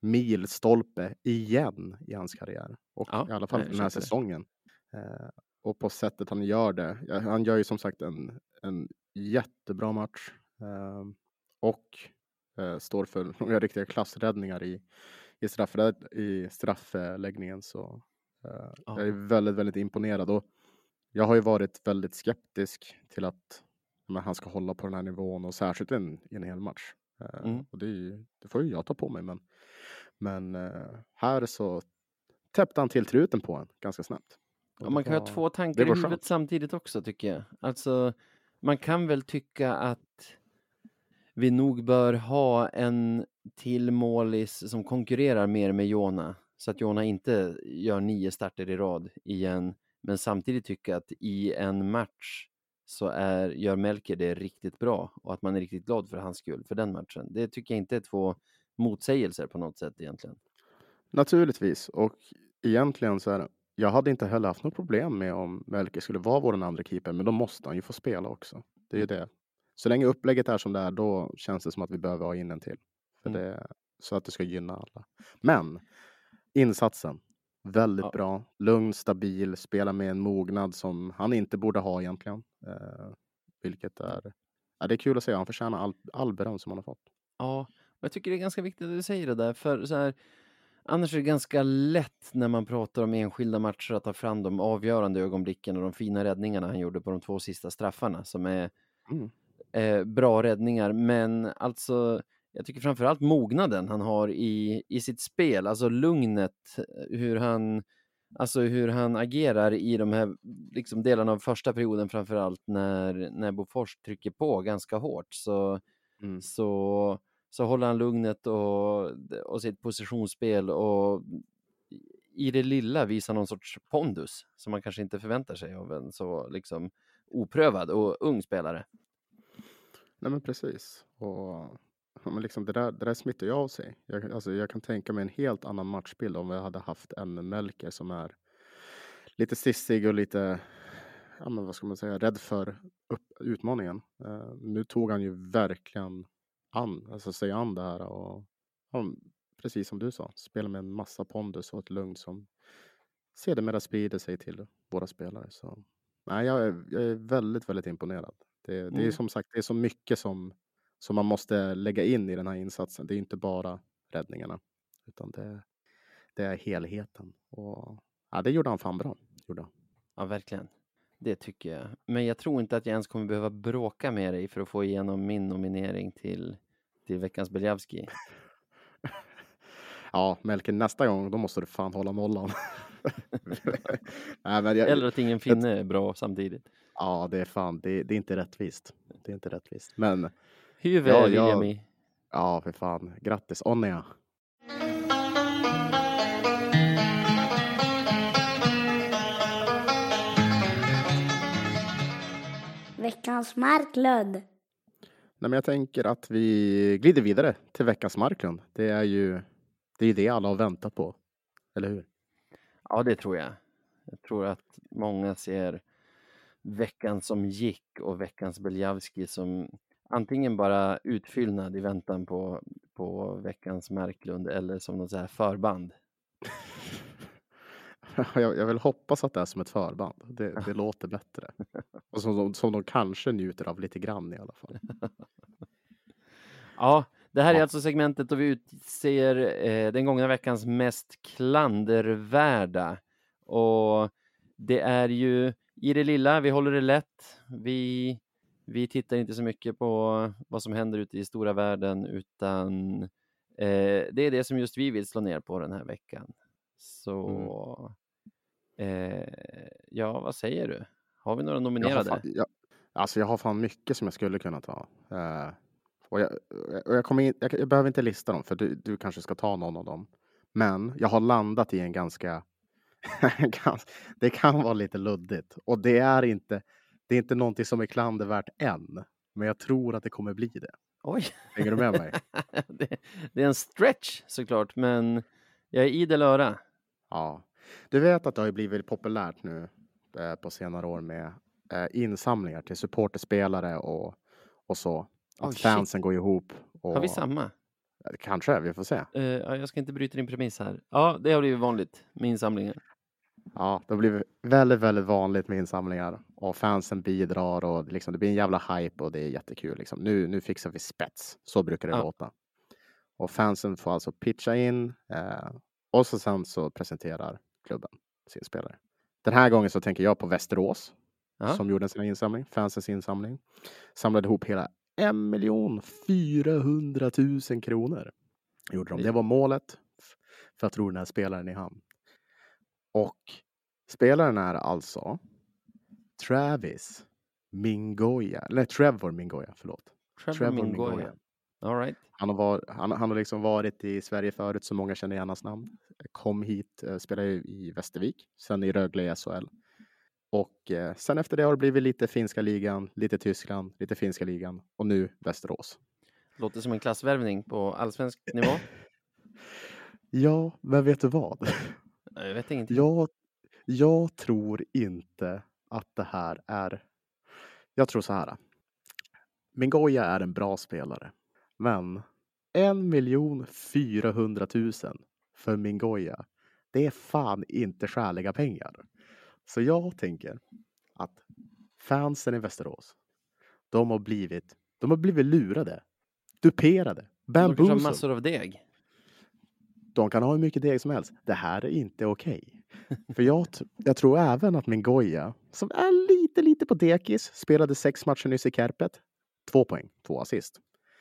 S1: milstolpe igen i hans karriär. Och
S2: Ja,
S1: i alla fall
S2: jag
S1: den här
S2: köper det.
S1: säsongen. Eh, och på sättet han gör det. Ja, han gör ju som sagt en, en jättebra match. Eh, och eh, står för några riktiga klassräddningar i, i, straffrädd, i straffläggningen. Så eh,
S2: Ja.
S1: jag är väldigt, väldigt imponerad. Och jag har ju varit väldigt skeptisk till att men, han ska hålla på den här nivån. Och särskilt en, i en hel match. Eh,
S2: Mm.
S1: och det, är ju, det får ju jag ta på mig. Men, men eh, här så täppte han till truten på en ganska snabbt. Och
S2: Ja,
S1: det
S2: man kan
S1: var-
S2: ha två
S1: det
S2: tankar i
S1: var
S2: huvudet
S1: skönt.
S2: samtidigt också tycker jag. Alltså, man kan väl tycka att vi nog bör ha en till målis som konkurrerar mer med Jona. Så att Jona inte gör nio starter i rad igen. Men samtidigt tycka att i en match så är, gör Melker det riktigt bra. Och att man är riktigt glad för hans skull för den matchen. Det tycker jag inte är två motsägelser på något sätt egentligen.
S1: Naturligtvis. Och egentligen så är det, jag hade inte heller haft något problem med om Melker skulle vara vår andra keeper. Men då måste han ju få spela också. Det är ju det. Så länge upplägget är som det är, då känns det som att vi behöver ha in en till. För
S2: Mm.
S1: det, så att det ska gynna alla. Men insatsen. Väldigt
S2: Ja.
S1: bra. Lugn, stabil. Spelar med en mognad som han inte borde ha egentligen. Eh, vilket är... Ja, det är kul att se. Han förtjänar all, all beröm som han har fått.
S2: Ja, och jag tycker det är ganska viktigt att du säger det där. För så här, annars är det ganska lätt när man pratar om enskilda matcher att ta fram de avgörande ögonblicken och de fina räddningarna han gjorde på de två sista straffarna som är
S1: Mm.
S2: eh, bra räddningar. Men alltså, jag tycker framförallt mognaden han har i, i sitt spel, alltså lugnet, hur han, alltså hur han agerar i de här liksom, delarna av första perioden framförallt när, när Bofors trycker på ganska hårt. Så,
S1: Mm.
S2: så, så håller han lugnet och, och sitt positionsspel och i det lilla visar någon sorts pondus som man kanske inte förväntar sig av en så liksom oprövad och ung spelare.
S1: Nej men precis. Och ja, men liksom det, där, det där smittar ju av sig. Jag, alltså, jag kan tänka mig en helt annan matchbild om vi hade haft en Melker som är lite sissig och lite, ja men vad ska man säga, rädd för upp, utmaningen. Uh, nu tog han ju verkligen an, alltså sig an det här och ja, precis som du sa, spelar med en massa pondus och ett lugn som sedermera sprider sig till våra spelare. Så nej, jag är, jag är väldigt, väldigt imponerad. Det, det är
S2: Mm.
S1: som sagt, det är så mycket som, som man måste lägga in i den här insatsen. Det är inte bara räddningarna, utan det, det är helheten. Och ja, det gjorde han fan bra. Gjorde han.
S2: Ja, verkligen. Det tycker jag. Men jag tror inte att jag ens kommer behöva bråka med dig för att få igenom min nominering till, till veckans Beljavski.
S1: Ja, Melker, nästa gång då måste du fan hålla nollan. Nej, men jag,
S2: Eller att ingen finne är bra samtidigt.
S1: ja, det är fan, det, det är inte rättvist. Det är inte rättvist. Men
S2: Hyve,
S1: Ja, jag-
S2: Viljami.
S1: ja, för fan. Grattis, Onnea.
S4: Veckans Marklund.
S1: Nej, men jag tänker att vi glider vidare till veckans Marklund. Det är ju det, är det alla har väntat på. Eller hur?
S2: Ja, det tror jag. Jag tror att många ser veckan som gick och veckans Beljavski som antingen bara utfyllnad i väntan på, på veckans Marklund eller som något så här förband.
S1: jag, jag vill hoppas att det är som ett förband. Det, det låter bättre. Och som, de- som de kanske njuter av lite grann i alla fall.
S2: Ja, det här är
S1: Ja.
S2: alltså segmentet då vi utser eh, den gångna veckans mest klandervärda. Och det är ju i det lilla, vi håller det lätt. Vi, vi tittar inte så mycket på vad som händer ute i stora världen utan eh, det är det som just vi vill slå ner på den här veckan. Så eh, ja, vad säger du? Har vi några
S1: Jag har,
S2: nominerade?
S1: fan, jag, alltså jag har fan mycket som jag skulle kunna ta. Eh, och jag, och jag, kommer in, jag, jag behöver inte lista dem för du, du kanske ska ta någon av dem. Men jag har landat i en ganska... gans- det kan vara lite luddigt. Och det är inte, det är inte någonting som är klandervärt än. Men jag tror att det kommer bli det.
S2: Oj!
S1: Hänger du med mig?
S2: det, det är en stretch såklart, men jag är idel öra.
S1: Ja. Du vet att det har ju blivit populärt nu eh, på senare år med eh, insamlingar till supporterspelare och, och så. Att
S2: Oh,
S1: fansen
S2: shit.
S1: går ihop. Och,
S2: Har vi samma?
S1: Kanske, vi får se.
S2: Uh, jag ska inte bryta din premiss här. Ja, det har blivit vanligt med insamlingar.
S1: Ja, det blir väldigt, väldigt vanligt med insamlingar. Och fansen bidrar och liksom, det blir en jävla hype och det är jättekul. Liksom. Nu, nu fixar vi spets. Så brukar det
S2: Ja.
S1: låta. Och fansen får alltså pitcha in. Eh, och så sen så presenterar klubben sin spelare. Den här gången så tänker jag på Västerås.
S2: Ja.
S1: Som gjorde sin insamling. Fansens insamling. Samlade ihop hela en miljon fyrahundratusen kronor. Gjorde de. Det var målet för att ro den här spelaren i hamn. Och spelaren är alltså Travis Mingoya. Eller Trevor Mingoya, förlåt.
S2: Trevor,
S1: Trevor
S2: Mingoya.
S1: Mingoya.
S2: All right.
S1: Han har, var, han, han har liksom varit i Sverige förut, så många känner igen hans namn. Kom hit, eh, spelade i Västervik, sen i Rögle i S H L. Och eh, sen efter det har det blivit lite finska ligan, lite Tyskland, lite finska ligan och nu Västerås.
S2: Låter som en klassvärvning på allsvensk nivå.
S1: Ja, men vet du vad?
S2: Jag vet ingenting.
S1: Jag, jag tror inte att det här är... Jag tror så här. Mingoya är en bra spelare. Men en miljon fyrahundratusen för Mingoya, det är fan inte skäliga pengar. Så jag tänker att fansen i Västerås, de har blivit, de har blivit lurade, duperade,
S2: De kanske har
S1: bamboozled.
S2: massor av deg.
S1: De kan ha hur mycket deg som helst. Det här är inte okej. För jag, t- jag tror även att Mingoya, som är lite, lite på dekis, spelade sex matcher nyss i Kärpet. Två poäng, två assist.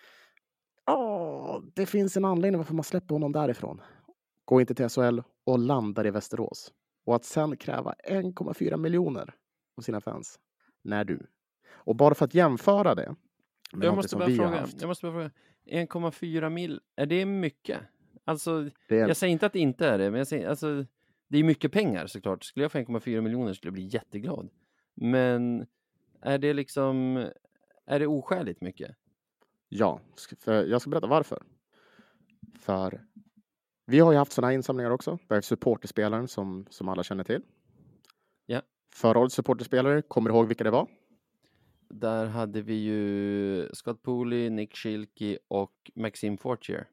S1: Åh, det finns en anledning varför man släpper honom därifrån. Går inte till S H L och landar i Västerås. Och att sen kräva en komma fyra miljoner av sina fans. När du. Och bara för att jämföra det med
S2: Jag
S1: något
S2: måste,
S1: som
S2: bara
S1: vi har
S2: fråga,
S1: haft.
S2: jag måste bara fråga. en komma fyra mil, är det mycket? Alltså,
S1: Det är,
S2: jag säger inte att det inte är det, men jag säger, alltså, det är mycket pengar såklart. Skulle jag få en komma fyra miljoner skulle jag bli jätteglad. Men är det liksom, är det oskäligt mycket?
S1: ja, för jag ska berätta varför. För vi har ju haft sådana här insamlingar också. Det är supporterspelaren som, som alla känner till.
S2: Ja.
S1: Förra årets supporterspelare, kommer du ihåg vilka det var?
S2: Där hade vi ju Scott Pooley, Nick Schilke och Maxime Fortier.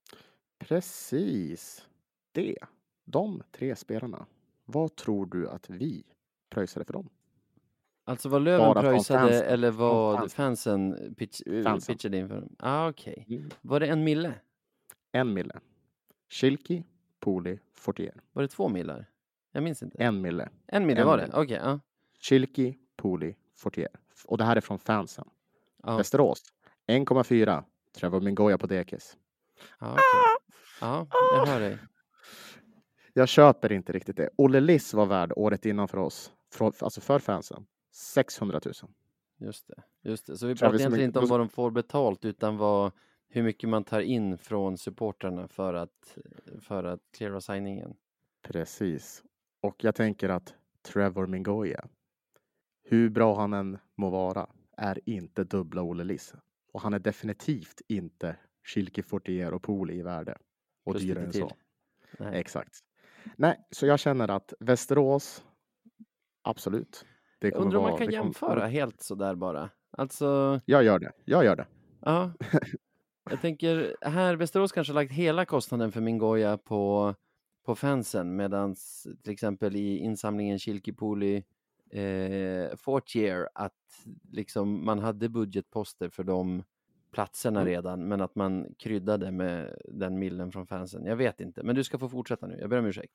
S1: Precis. Det. De tre spelarna. Vad tror du att vi pröjsade för dem?
S2: Alltså vad Löven
S1: Bara från
S2: pröjsade
S1: fansen.
S2: eller vad
S1: Från
S2: fansen, pitch, eh,
S1: Fansen.
S2: pitchade in för dem? Ah, okej.
S1: Mm.
S2: Var det en mille?
S1: En mille. Schilke, Pooley, Fortier.
S2: Var det två millar? Jag minns inte.
S1: En mille.
S2: En mille
S1: en
S2: var det?
S1: mille.
S2: Okej, ja.
S1: Schilke, Pooley, Fortier. Och det här är från fansen.
S2: Ja,
S1: Västerås. en komma fyra. Trevor Mingoya på dekis.
S2: ja, okej. Ja, jag hör dig.
S1: Jag köper inte riktigt det. Olle Liss var värd året innan för oss. För, alltså för fansen. sexhundratusen.
S2: Just det, just det. Så vi
S1: Travis
S2: pratar egentligen
S1: Min-
S2: inte om vad de får betalt utan vad, hur mycket man tar in från supportrarna för att, för att cleara signingen.
S1: Precis. Och jag tänker att Trevor Mingoya, hur bra han än må vara, är inte dubbla Olle Liss. Och han är definitivt inte Schilke, Fortier och Pooley i värde. Och
S2: Plus
S1: dyrare
S2: lite
S1: än
S2: till.
S1: så.
S2: Nej.
S1: Exakt. Nej, så jag känner att Västerås, absolut. Det
S2: Jag
S1: kommer
S2: undrar om
S1: vara,
S2: man kan
S1: det kommer-
S2: jämföra helt sådär bara. Alltså,
S1: Jag gör det. Jag gör det.
S2: ja. Jag tänker, här Västerås kanske har lagt hela kostnaden för Mingoya på, på fansen medan till exempel i insamlingen Schilke, Pooley, eh, Fortier att liksom man hade budgetposter för de platserna
S1: Mm.
S2: redan men att man kryddade med den millen från fansen. Jag vet inte, men du ska få fortsätta nu. Jag ber om ursäkt.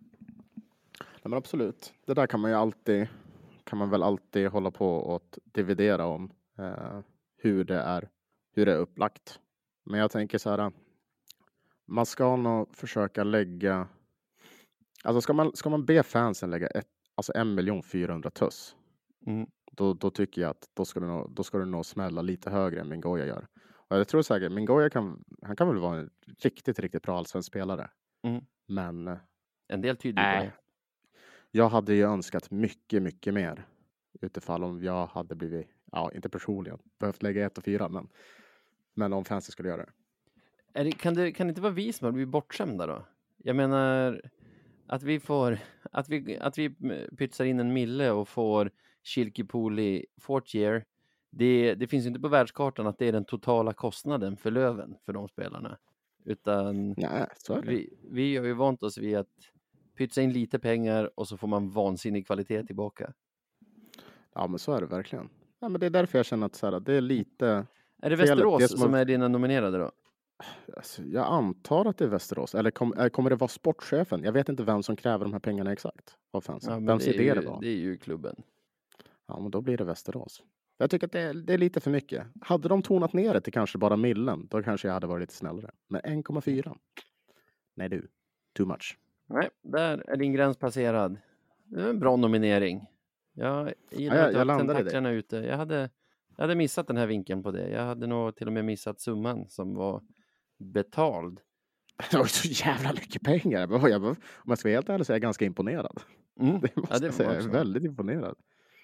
S1: Ja, men absolut. Det där kan man ju alltid, kan man väl alltid hålla på och dividera om eh, hur det är, hur det är upplagt. Men jag tänker så här, man ska nog försöka lägga, alltså ska man, ska man be fansen lägga ett, alltså en miljon fyrahundra tuss,
S2: Mm.
S1: då, då tycker jag att då ska, det nog, då ska det nog smälla lite högre än Mingoya gör. Och jag tror säkert, Mingoya kan, han kan väl vara en riktigt, riktigt bra allsvensk spelare.
S2: Mm.
S1: Men eh,
S2: En del tyder på
S1: Nej.
S2: det.
S1: jag hade ju önskat mycket, mycket mer. Utifall om jag hade blivit, ja inte personligen, behövt lägga ett och fyra, men, men om fansen skulle göra det.
S2: Är det, kan, det, kan det inte vara vi som har blivit bortskämda då? Jag menar att vi får att vi, att vi pytsar in en mille och får Schilke, Pooley, Fortier. det, det finns ju inte på världskartan att det är den totala kostnaden för Löven för de spelarna. Utan
S1: Nej, så är det.
S2: vi, vi har ju vant oss vid att pytsa in lite pengar och så får man vansinnig kvalitet tillbaka.
S1: Ja, men så är det verkligen. Ja, men det är därför jag känner att så här, det är lite...
S2: Är det
S1: Felet,
S2: Västerås
S1: det som
S2: som
S1: har-
S2: är dina nominerade då?
S1: Alltså, jag antar att det är Västerås. Eller kom, eller kommer det vara sportchefen? Jag vet inte vem som kräver de här pengarna exakt av fansen.
S2: Ja, men
S1: Vems
S2: det, är
S1: idé
S2: ju,
S1: det var.
S2: det är ju klubben.
S1: Ja, men då blir det Västerås. Jag tycker att det är, det är lite för mycket. Hade de tonat ner det till kanske bara millen, då kanske jag hade varit lite snällare. Men en komma fyra? Nej du, too much.
S2: Nej, där är din gräns passerad. Det är en bra nominering. Jag gillar
S1: Ja, jag-
S2: att du
S1: jag
S2: har
S1: landar i det.
S2: tentaklerna ute. Jag hade, jag hade missat den här vinkeln på det. Jag hade nog till och med missat summan som var betald.
S1: Det var så jävla mycket pengar. Jag bara- jag bara- Om jag ska vara helt ärlig så är jag ganska imponerad.
S2: Mm.
S1: Det måste
S2: Ja, det
S1: jag säga.
S2: var
S1: Jag är
S2: också.
S1: väldigt imponerad.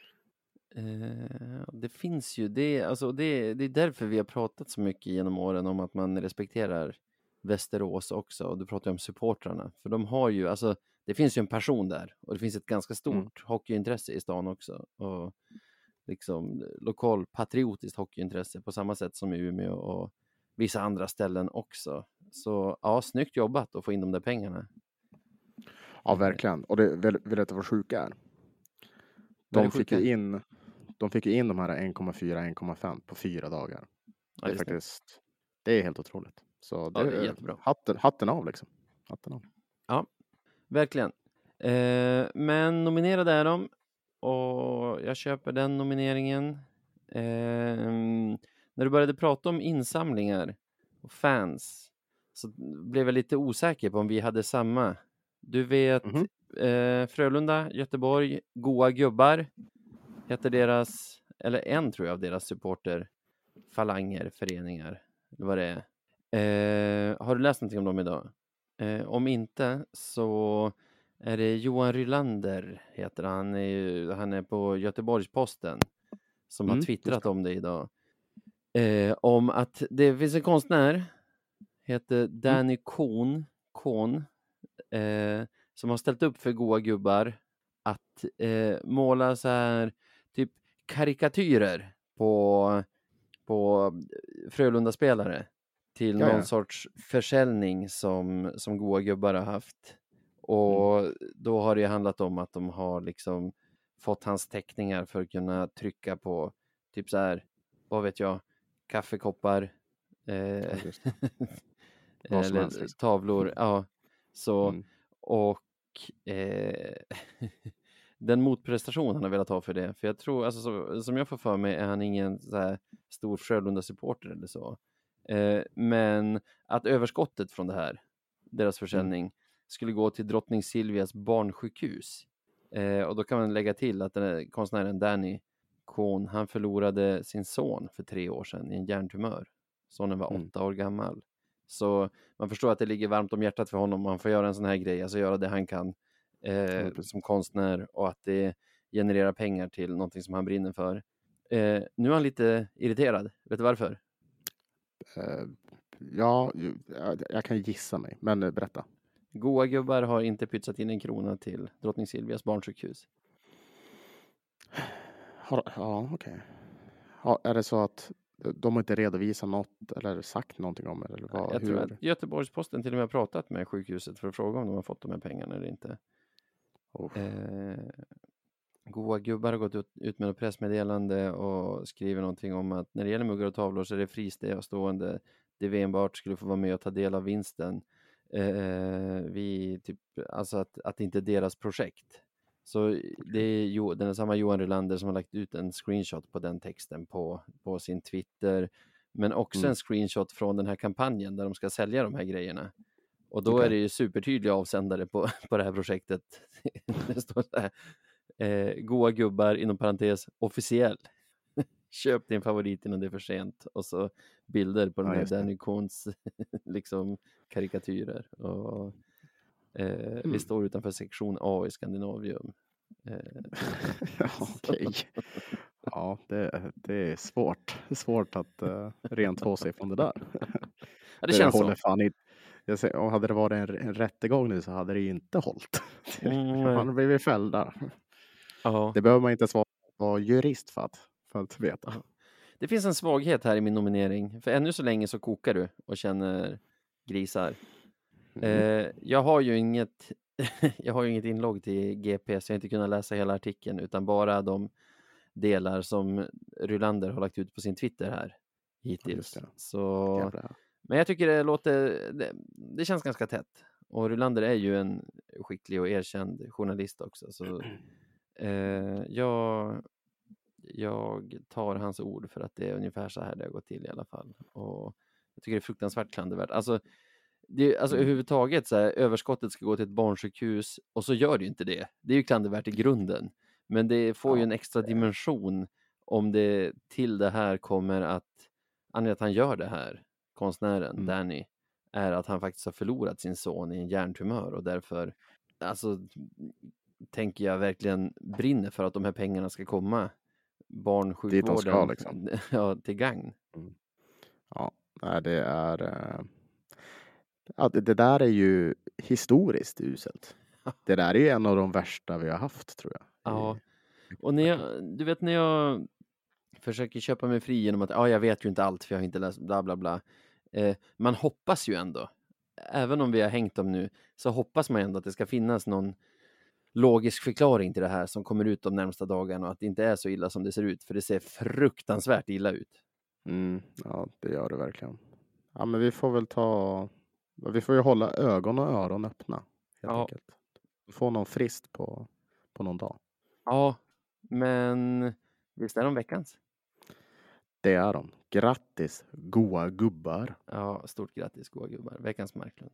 S2: Eh, det finns ju, det, alltså det, det är därför vi har pratat så mycket genom åren om att man respekterar Västerås också. Och du pratar ju om supportrarna. För de har ju, alltså det finns ju en passion där. Och det finns ett ganska stort
S1: Mm.
S2: hockeyintresse i stan också. Och liksom lokal patriotiskt hockeyintresse på samma sätt som i Umeå och vissa andra ställen också. Så ja, snyggt jobbat att få in de där pengarna.
S1: Ja, verkligen. Och det vill, vill jag vad sjuka är.
S2: Vad är
S1: De
S2: det
S1: fick,
S2: sjuka?
S1: ju in, de fick ju in de här en komma fyra, en komma fem på fyra dagar.
S2: Ja,
S1: Det är
S2: just det.
S1: faktiskt, det är helt otroligt. Så det,
S2: Ja, det är jättebra.
S1: Hatten, hatten av liksom. Hatten av.
S2: Verkligen. Eh, men nominerade är de. Och jag köper den nomineringen. Eh, när du började prata om insamlingar och fans så blev jag lite osäker på om vi hade samma. Du vet,
S1: Mhm.
S2: eh, Frölunda, Göteborg, Goa gubbar heter deras, eller en tror jag av deras supporter falanger, föreningar, eller vad det är. Eh, har du läst någonting om dem idag? Eh, om inte så är det Johan Rylander heter han. Han är, ju, han är på Göteborgs-Posten som
S1: Mm,
S2: har twittrat om det idag. Eh, om att det finns en konstnär heter Danny Kohn, Kohn eh, som har ställt upp för goa gubbar att eh, måla så här typ karikatyrer på, på Frölunda-spelare till
S1: Ja,
S2: någon
S1: ja.
S2: sorts försäljning som, som goa gubbar har haft. Och
S1: Mm.
S2: då har det handlat om att de har liksom fått hans teckningar för att kunna trycka på typ så här, vad vet jag, kaffekoppar eh,
S1: just Vad som
S2: eller
S1: helst, liksom.
S2: tavlor. Ja, så
S1: Mm.
S2: och eh, den motprestation han har velat ha för det. För jag tror, alltså så, som jag får för mig är han ingen så här stor Frölunda-supporter eller så. Eh, men att överskottet från det här, deras försäljning, mm. skulle gå till drottning Silvias barnsjukhus. Eh, och då kan man lägga till att den här konstnären Danny Kohn, han förlorade sin son för tre år sedan i en hjärntumör. Sonen var
S1: Mm.
S2: åtta år gammal. Så man förstår att det ligger varmt om hjärtat för honom. Man får göra en sån här grej, alltså göra det han kan eh,
S1: Mm.
S2: som konstnär och att det genererar pengar till någonting som han brinner för. Eh, nu är han lite irriterad. Vet du varför?
S1: Eh, ja, ju- jag, jag kan gissa mig, men eh, berätta.
S2: Goa gubbar har inte pytsat in en krona till drottning Silvias barnsjukhus.
S1: Har, ja, okej. Ja, är det så att de har inte redovisat något eller sagt någonting om det? Eller vad,
S2: Jag
S1: hur?
S2: tror att Göteborgs-Posten till och med har pratat med sjukhuset för att fråga om de har fått de här pengarna eller inte.
S1: Oh.
S2: Eh, goa gubbar har gått ut, ut med ett pressmeddelande och skriver någonting om att när det gäller muggar och tavlor så är det fristående. Det vi enbart skulle få vara med och ta del av vinsten. Eh, vi typ, alltså att, att det inte är deras projekt. Så det är jo, den är samma Johan Rylander som har lagt ut en screenshot på den texten på, på sin Twitter. Men också
S1: Mm.
S2: en screenshot från den här kampanjen där de ska sälja de här grejerna. Och då
S1: Okej.
S2: är det ju supertydliga avsändare på, på det här projektet. Det står så här, eh, goa gubbar inom parentes officiell. Köp din favorit innan det är för sent. Och så bilder på den
S1: Ja,
S2: här
S1: just det.
S2: Danny Kohns liksom karikatyrer. Och, eh,
S1: Mm.
S2: Vi står utanför sektion A i Skandinavium. Eh,
S1: Ja, okej. Ja, det, det är svårt. Det är svårt att uh, rent få sig från det där.
S2: ja, det känns
S1: håller
S2: så.
S1: fan inte. Jag säger, om hade det varit en, en rättegång nu så hade det ju inte hållit.
S2: Mm, nej.
S1: Man har blivit fälld där.
S2: Ja.
S1: Det behöver man inte ens vara, vara jurist för att, för att veta.
S2: det finns en svaghet här i min nominering. För ännu så länge så kokar du och känner grisar.
S1: Mm.
S2: Eh, jag har ju inget jag har ju inget inlogg till G P, så jag har inte kunnat läsa hela artikeln, utan bara de delar som Rylander har lagt ut på sin Twitter här hittills.
S1: Just det.
S2: Så,
S1: Jävlar.
S2: men jag tycker det låter, det, det känns ganska tätt. Och Rylander är ju en skicklig och erkänd journalist också. Så eh, jag, jag tar hans ord för att det är ungefär så här det har gått till i alla fall. Och jag tycker det är fruktansvärt klandervärt. Alltså, det, alltså
S1: Mm.
S2: överhuvudtaget så här, överskottet ska gå till ett barnsjukhus och så gör det ju inte det. Det är ju klandervärt i grunden. Men det får ju
S1: Ja,
S2: en extra dimension om det till det här kommer att anledningen att han gör det här, konstnären
S1: Mm.
S2: Danny, är att han faktiskt har förlorat sin son i en hjärntumör och därför alltså tänker jag verkligen brinner för att de här pengarna ska komma barnsjukvården
S1: liksom.
S2: ja, till gagn.
S1: Ja, nej, det är eh, ja, det, det där är ju historiskt uselt. Det där är ju en av de värsta vi har haft, tror jag.
S2: Ja. Och när jag, du vet när jag försöker köpa mig fri genom att ja, jag vet ju inte allt för jag har inte läst bla bla bla. Eh, man hoppas ju ändå, även om vi har hängt dem nu, så hoppas man ändå att det ska finnas någon logisk förklaring till det här som kommer ut de närmsta dagarna och att det inte är så illa som det ser ut, för det ser fruktansvärt illa ut.
S1: Mm, ja, det gör det verkligen. Ja, men vi får väl ta, vi får ju hålla ögon och öron öppna, helt
S2: Ja.
S1: enkelt. Få någon frist på, på någon dag.
S2: Ja, men visst är de veckans?
S1: Det är de. Grattis, goa gubbar.
S2: Ja, stort grattis goa gubbar. Veckans Marklund.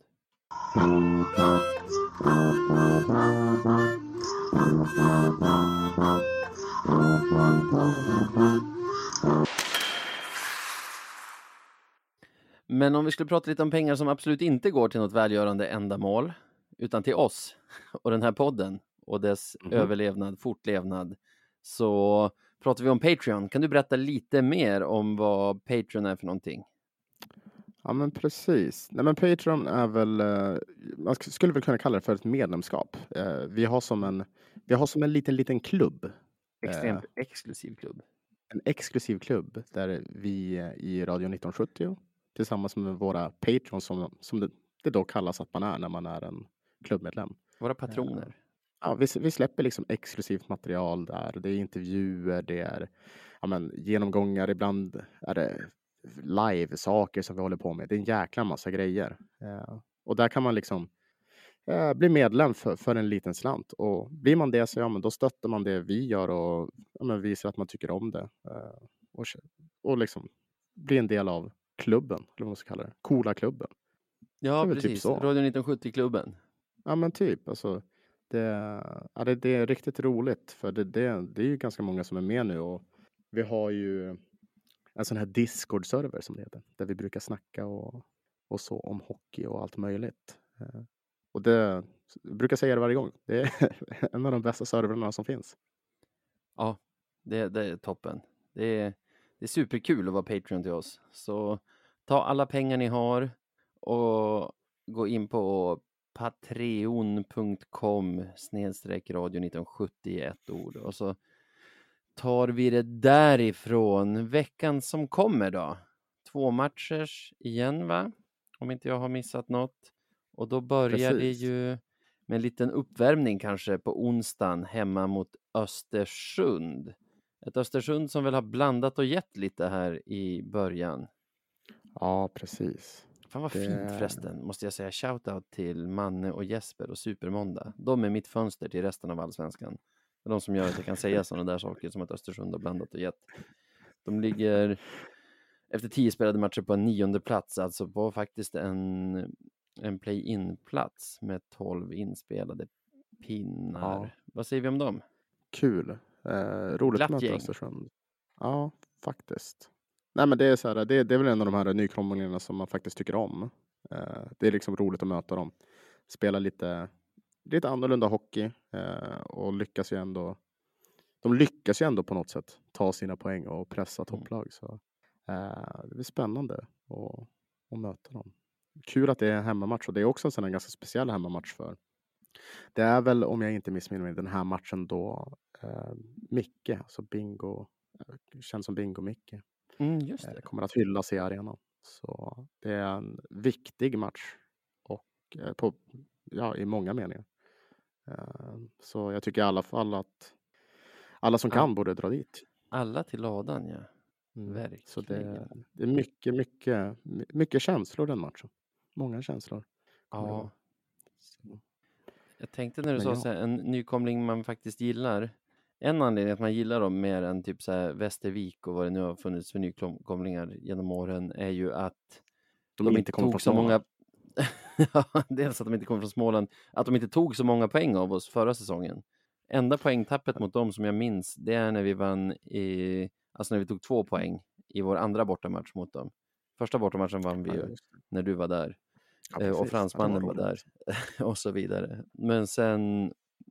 S2: Men om vi skulle prata lite om pengar som absolut inte går till något välgörande ändamål, utan till oss och den här podden och dess
S1: Mhm.
S2: överlevnad, fortlevnad, så pratar vi om Patreon. Kan du berätta lite mer om vad Patreon är för någonting?
S1: Ja, men precis. Nej, men Patreon är väl, eh, man sk- skulle väl kunna kalla det för ett medlemskap. Eh, vi har som en, vi har som en liten, liten klubb.
S2: Extremt exklusiv klubb.
S1: En exklusiv klubb där vi eh, i Radio nitton sjuttio tillsammans med våra Patrons, som, som det, det då kallas att man är när man är en klubbmedlem.
S2: Våra patroner.
S1: Ja, vi, vi släpper liksom exklusivt material där. Det är intervjuer, det är ja, men, genomgångar, ibland är det live-saker som vi håller på med. Det är en jäkla massa grejer. Eh, och där kan man liksom eh, bli medlem för, för en liten slant. Och blir man det så ja, men då stöttar man det vi gör och ja, men visar att man tycker om det. Eh, och, och liksom blir en del av klubben, eller vad man ska kalla det. Coola klubben.
S2: Ja,
S1: det är väl typ
S2: precis.
S1: så.
S2: Radio nitton sjuttio-klubben.
S1: Ja, men typ. Alltså, det, ja, det, det är riktigt roligt. För det, det, det är ju ganska många som är med nu. Och vi har ju en sån här Discord-server som det heter. Där vi brukar snacka och, och så om hockey och allt möjligt. Eh, Och det, jag brukar säga det varje gång. Det är en av de bästa servrarna som finns.
S2: Ja, det, det är toppen. Det är, det är superkul att vara Patreon till oss. Så ta alla pengar ni har och gå in på patreon.com snedstreck radio nitton sjuttio i ett ord. Och så tar vi det därifrån. Veckan som kommer då. Två matchers igen, va? Om inte jag har missat något. Och då börjar
S1: Precis.
S2: det ju med en liten uppvärmning kanske på onsdagen hemma mot Östersund. Ett Östersund som väl har blandat och gett lite här i början.
S1: Ja, precis.
S2: Fan vad
S1: Det-
S2: fint förresten, måste jag säga. Shoutout till Manne och Jesper och Supermåndag. De är mitt fönster till resten av allsvenskan. Det är de som gör att jag kan säga sådana där saker som att Östersund har blandat och gett. De ligger efter tio spelade matcher på en nionde plats, alltså på faktiskt en, en play-in-plats med tolv inspelade pinnar.
S1: Ja.
S2: Vad säger vi om dem?
S1: Kul. Eh, roligt
S2: Glatt
S1: att möta
S2: gäng.
S1: Östersund. Ja, faktiskt. Nej, men det är så här, det, det är väl en av de här nykomlingarna som man faktiskt tycker om. Eh, det är liksom roligt att möta dem. Spela lite, lite annorlunda hockey eh, och lyckas ju ändå. De lyckas ju ändå på något sätt ta sina poäng och pressa topplag. Så eh, det blir spännande att, att möta dem. Kul att det är en hemmamatch, och det är också en sån här ganska speciell hemmamatch för. Det är väl, om jag inte missminner mig, den här matchen då eh, Micke, alltså Bingo, eh, känns som Bingo Micke,
S2: Mm, just
S1: eh,
S2: det.
S1: kommer att hyllas i arenan. Så det är en viktig match och eh, på, ja, i många meningar. Eh, så jag tycker i alla fall att alla som
S2: Ja.
S1: kan borde dra dit.
S2: Alla till ladan, ja.
S1: Mm. Så det,
S2: Verkligen.
S1: det är mycket, mycket, mycket känslor den matchen. Många känslor. kommer det
S2: Ja.
S1: vara. Så,
S2: Jag tänkte när du
S1: Men
S2: sa
S1: ja.
S2: så här, en nykomling man faktiskt gillar. En anledning att man gillar dem mer än typ så här Västervik och vad det nu har funnits för nykomlingar genom åren är ju att
S1: de,
S2: de
S1: inte
S2: inte
S1: kommer
S2: tog
S1: från
S2: så
S1: Småland.
S2: många. Ja, dels att de inte kommer från Småland, att de inte tog så många poäng av oss förra säsongen. Enda poängtappet mot dem som jag minns, det är när vi vann i, alltså när vi tog två poäng i vår andra bortamatch mot dem. Första bortamatchen vann vi
S1: Ja,
S2: ju
S1: just det.
S2: när du var där.
S1: Ja,
S2: Eh, och
S1: precis.
S2: fransmannen
S1: Ja,
S2: var
S1: det
S2: där
S1: roligt.
S2: och så vidare. Men sen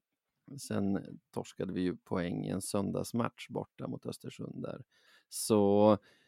S2: sen torskade vi ju poäng i en söndagsmatch borta mot Östersund där. Så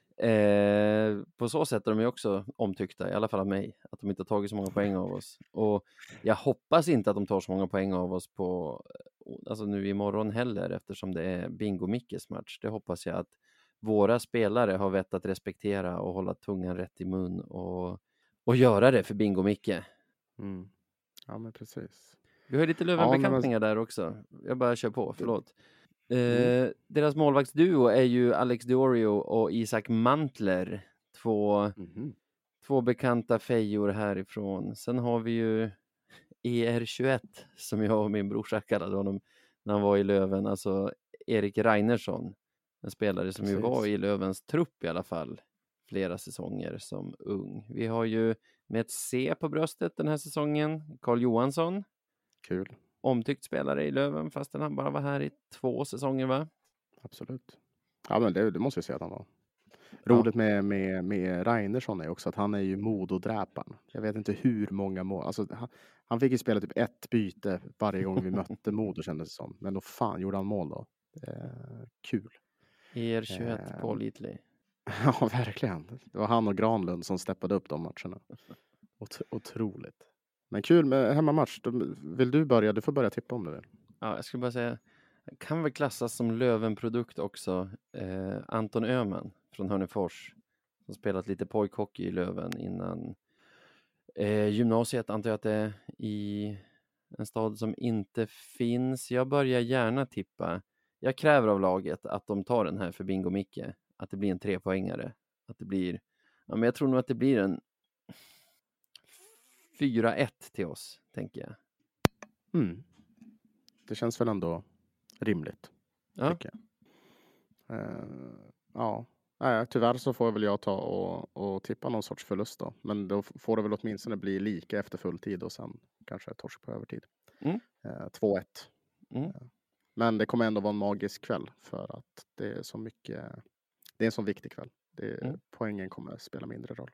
S2: eh, på så sätt är de ju också omtyckta, i alla fall av mig, att de inte har tagit så många poäng av oss. Och jag hoppas inte att de tar så många poäng av oss på, alltså nu imorgon heller, eftersom det är Bingo Mickes match. Det hoppas jag att våra spelare har vett att respektera och hålla tungan rätt i mun och, och göra det för Bingo Micke.
S1: Mm. Ja, men precis.
S2: Vi har ju lite
S1: Ja, men
S2: Löven-bekantningar där också. Jag bara kör på, förlåt.
S1: Mm.
S2: Eh, deras målvaktsduo är ju Alex Diorio och Isak Mantler. Två,
S1: Mhm.
S2: två bekanta fejor härifrån. Sen har vi ju E R tjugoett som jag och min brorsa kallade honom när han var i Löven. Alltså Erik Reinersson. En spelare som ju
S1: Precis.
S2: var i Lövens trupp i alla fall flera säsonger som ung. Vi har ju med ett C på bröstet den här säsongen Carl Johansson.
S1: Kul.
S2: Omtyckt spelare i Löven fastän han bara var här i två säsonger, va?
S1: Absolut. Ja, men det, det måste jag säga att han var. Roligt med, med, med Reinersson är också att han är ju mododräparen. Jag vet inte hur många mål. Alltså, han, han fick ju spela typ ett byte varje gång vi mötte Modo kändes det som. Men då fan gjorde han mål då. Eh, kul.
S2: E R tjugoett
S1: Eh.
S2: pålitlig.
S1: Ja, verkligen. Det var han och Granlund som steppade upp de matcherna. Ot- otroligt. Men kul med hemmamatch. Då vill du börja? Du får börja tippa om du vill.
S2: Ja, jag skulle bara säga, kan väl klassas som Löven-produkt också. Eh, Anton Öhman från Hörnefors som spelat lite pojkhockey i Löven innan eh, gymnasiet, antar jag att det är, i en stad som inte finns. Jag börjar gärna tippa. Jag kräver av laget att de tar den här för Bingo Micke. Att det blir en trepoängare. Att det blir, ja, men jag tror nog att det blir en fyra ett till oss, tänker jag.
S1: Mm. Det känns väl ändå rimligt.
S2: Ja.
S1: Tycker jag. Uh, ja. Nej, tyvärr så får väl jag ta och, och tippa någon sorts förlust då. Men då får det väl åtminstone bli lika efter fulltid och sen kanske torsk på övertid.
S2: Mm.
S1: Uh, två ett.
S2: Mm.
S1: Uh, men det kommer ändå vara en magisk kväll för att det är så mycket. Det är en så viktig kväll. Det,
S2: Mm.
S1: Poängen kommer spela mindre roll.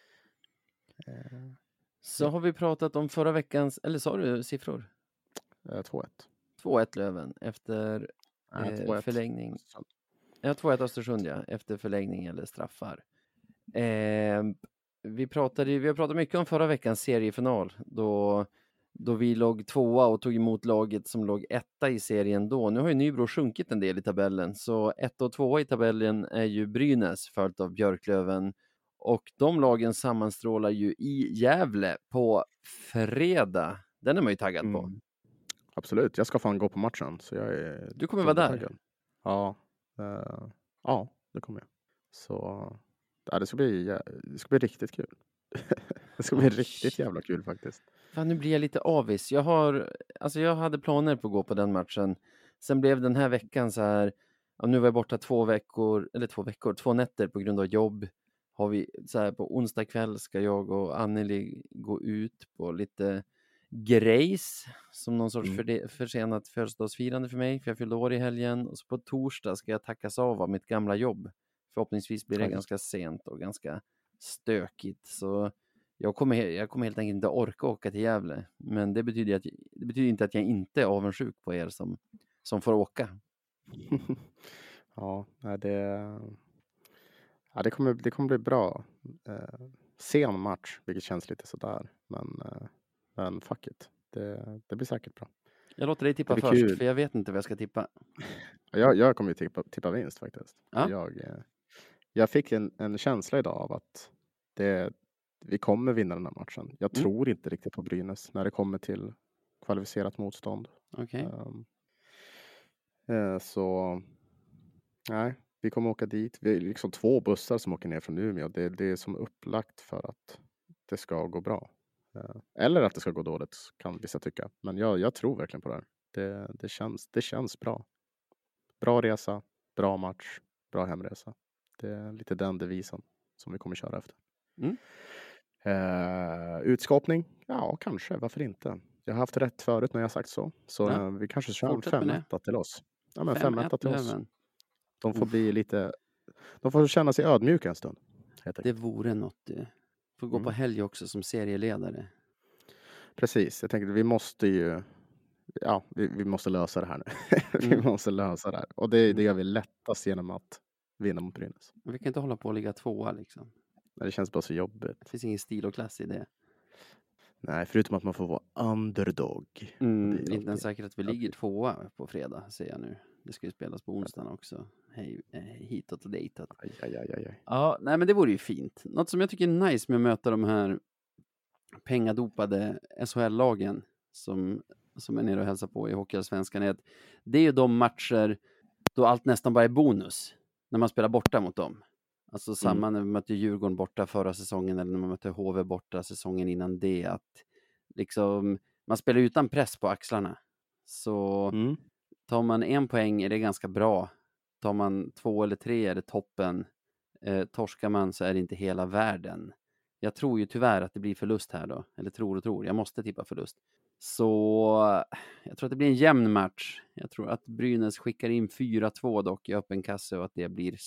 S1: Uh,
S2: Så
S1: ja.
S2: har vi pratat om förra veckans, eller sa du siffror?
S1: uh, två ett.
S2: två ett Löven efter
S1: Uh,
S2: eh, förlängning. Ja, två ett Östersund, ja, efter förlängning eller straffar. Eh, vi, pratade, vi har pratat mycket om förra veckans seriefinal då, då vi låg tvåa och tog emot laget som låg etta i serien då. Nu har ju Nybro sjunkit en del i tabellen, så ett och tvåa i tabellen är ju Brynäs följt av Björklöven. Och de lagen sammanstrålar ju i Gävle på fredag. Den är man ju taggad på.
S1: Mm. Absolut, jag ska fan gå på matchen. Så jag är
S2: Du kommer vara där?
S1: taggad. Ja, uh, ja, det kommer jag. Så ja, det, ska bli, det ska bli riktigt kul. Det ska bli riktigt jävla kul faktiskt.
S2: Fan, nu blir jag lite avis. Jag har, alltså jag hade planer på att gå på den matchen. Sen blev den här veckan så här, ja, nu var jag borta två veckor, eller två veckor, två nätter på grund av jobb. Har vi så här, på onsdag kväll ska jag och Anneli gå ut på lite grejs som någon sorts
S1: Mm.
S2: förde- försenat födelsedagsfirande för mig, för jag fyllde år i helgen. Och så på torsdag ska jag tackas av av mitt gamla jobb. Förhoppningsvis blir det
S1: Ja, just.
S2: ganska sent och ganska stökigt. Så jag kommer, jag kommer helt enkelt inte orka åka till Gävle. Men det betyder, att, det betyder inte att jag inte är avundsjuk på er som, som får åka.
S1: Ja, det, ja, det, kommer, det kommer bli bra. Eh, sen match, vilket känns lite sådär. Men, eh, men fuck it. Det, det blir säkert bra.
S2: Jag låter dig tippa
S1: Det blir
S2: först,
S1: kul.
S2: för jag vet inte vad jag ska tippa.
S1: Jag, jag kommer ju tippa, tippa vinst faktiskt.
S2: Ja.
S1: Jag, eh, jag fick en, en känsla idag av att det, vi kommer vinna den här matchen. Jag
S2: Mm.
S1: tror inte riktigt på Brynäs när det kommer till kvalificerat motstånd.
S2: Okej.
S1: Um, eh, så nej, vi kommer åka dit. Vi är liksom två bussar som åker ner från Umeå. Det, det är som upplagt för att det ska gå bra. Uh, eller att det ska gå dåligt kan vissa tycka. Men jag, jag tror verkligen på det här. Det, det, känns, det känns bra. Bra resa, bra match, bra hemresa. Det är lite den devisen som vi kommer köra efter.
S2: Mm.
S1: Uh, utskåpning? Ja, kanske. Varför inte? Jag har haft rätt förut när jag sagt så. Så
S2: Ja.
S1: uh, vi kanske kör en
S2: Fortsätt med
S1: fem
S2: det.
S1: ett till oss. Ja, men
S2: fem
S1: fem
S2: ett
S1: ett till oss.
S2: Löven.
S1: De får
S2: Uff.
S1: bli lite... De får känna sig ödmjuka en stund. helt
S2: Det
S1: enkelt.
S2: vore något. Du. Får gå
S1: Mm.
S2: på helg också som serieledare.
S1: Precis. Jag tänkte vi måste ju... Ja, vi, vi måste lösa det här nu. vi
S2: Mm.
S1: måste lösa det här. Och det, det gör vi lättast genom att vinna mot Brynäs.
S2: Vi kan inte hålla på och ligga tvåa liksom.
S1: Men det känns bara så jobbigt.
S2: Det finns ingen stil och klass i det.
S1: Nej, förutom att man får vara underdog.
S2: Mm,
S1: Det är
S2: inte ens
S1: alltid-
S2: säkert att vi ligger tvåa på fredag, ser jag nu. Det ska ju spelas på onsdagen också. Hej, eh, hitåt och ditåt.
S1: Aj, aj, aj, aj.
S2: Ja, nej men det vore ju fint. Något som jag tycker är nice med att möta de här pengadopade S H L-lagen som, som är nere och hälsar på i Hockeyallsvenskan är att det är ju de matcher då allt nästan bara är bonus när man spelar borta mot dem. Alltså samma när vi mötte Djurgården borta förra säsongen eller när man mötte H V borta säsongen innan det, att liksom man spelar utan press på axlarna. Så
S1: Mm.
S2: tar man en poäng är det ganska bra. Tar man två eller tre är det toppen. Eh, torskar man så är det inte hela världen. Jag tror ju tyvärr att det blir förlust här då. Eller tror och tror. Jag måste tippa förlust. Så jag tror att det blir en jämn match. Jag tror att Brynäs skickar in fyra två dock i öppen kasse och att det blir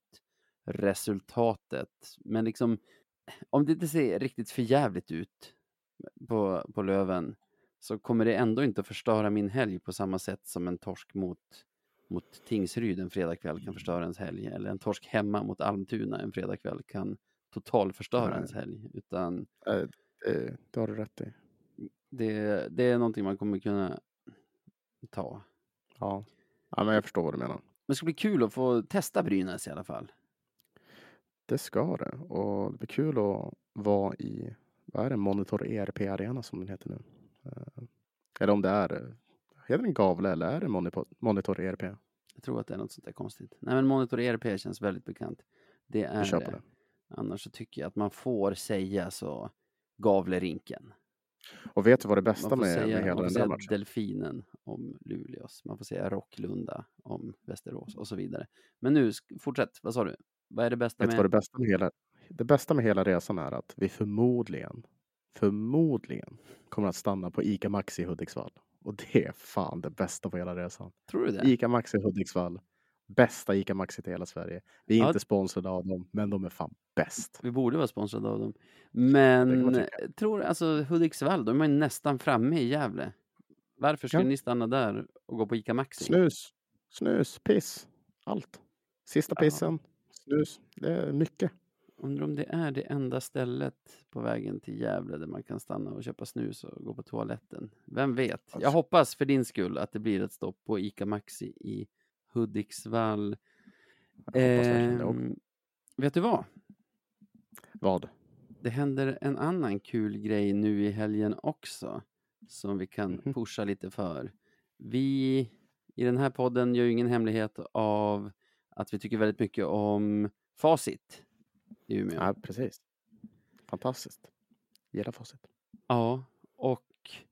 S2: slutresultatet. Men liksom, om det inte ser riktigt för jävligt ut på, på Löven så kommer det ändå inte att förstöra min helg på samma sätt som en torsk mot, mot Tingsryd en fredagkväll kan förstöra ens helg. Eller en torsk hemma mot Almtuna en fredagkväll kan total förstöra
S1: Nej.
S2: ens helg. Utan
S1: Eh, det, det har du rätt i.
S2: det, det är någonting man kommer kunna ta.
S1: Ja. Ja, men jag förstår vad du menar.
S2: Men det ska bli kul att få testa Brynäs i alla fall.
S1: Det ska det. Och det blir kul att vara i, vad är det, Monitor E R P-arena som den heter nu. Eh, eller om det är, heter den Gavle eller är det Monitor, Monitor E R P?
S2: Jag tror att det är något sånt där konstigt. Nej, men Monitor E R P känns väldigt bekant. Det
S1: Vi
S2: är
S1: kör på
S2: det.
S1: det.
S2: Annars så tycker jag att man får säga så Gavlerinken.
S1: Och vet du vad det
S2: Man
S1: bästa
S2: får
S1: med,
S2: säga,
S1: med hela
S2: man får
S1: den där
S2: säga
S1: matchen?
S2: Delfinen om Luleås. Man får säga Rocklunda om Västerås och så vidare. Men nu, sk- fortsätt. Vad sa du? Vad är det bästa
S1: Vet du
S2: med...
S1: vad det bästa med hela, det bästa med hela resan är att vi förmodligen, förmodligen kommer att stanna på ICA Maxi i Hudiksvall. Och det är fan det bästa på hela resan.
S2: Tror du det?
S1: ICA Maxi Hudiksvall. Bästa ICA Maxi till hela Sverige. Vi är
S2: Ja.
S1: inte sponsrade av dem, men de är fan bäst.
S2: Vi borde vara sponsrade av dem.
S1: Det kan
S2: Men
S1: man tycka.
S2: tror alltså Hudiksvall, de är ju nästan framme i Gävle. Varför skulle
S1: Ja.
S2: ni stanna där och gå på ICA Maxi?
S1: Snus, snus, piss, allt. Sista
S2: Ja.
S1: pissen, snus, det är mycket.
S2: Undrar om det är det enda stället på vägen till Gävle där man kan stanna och köpa snus och gå på toaletten. Vem vet? Jag
S1: Alltså.
S2: hoppas för din skull att det blir ett stopp på ICA Maxi i Hudiksvall.
S1: Jag hoppas verkligen det också.
S2: Ehm, vet du vad?
S1: Vad?
S2: Det händer en annan kul grej nu i helgen också som vi kan
S1: Mhm.
S2: pusha lite för. Vi i den här podden gör ju ingen hemlighet av att vi tycker väldigt mycket om Facit i Umeå.
S1: Ja, precis. Fantastiskt. Gillar Facit.
S2: Ja, och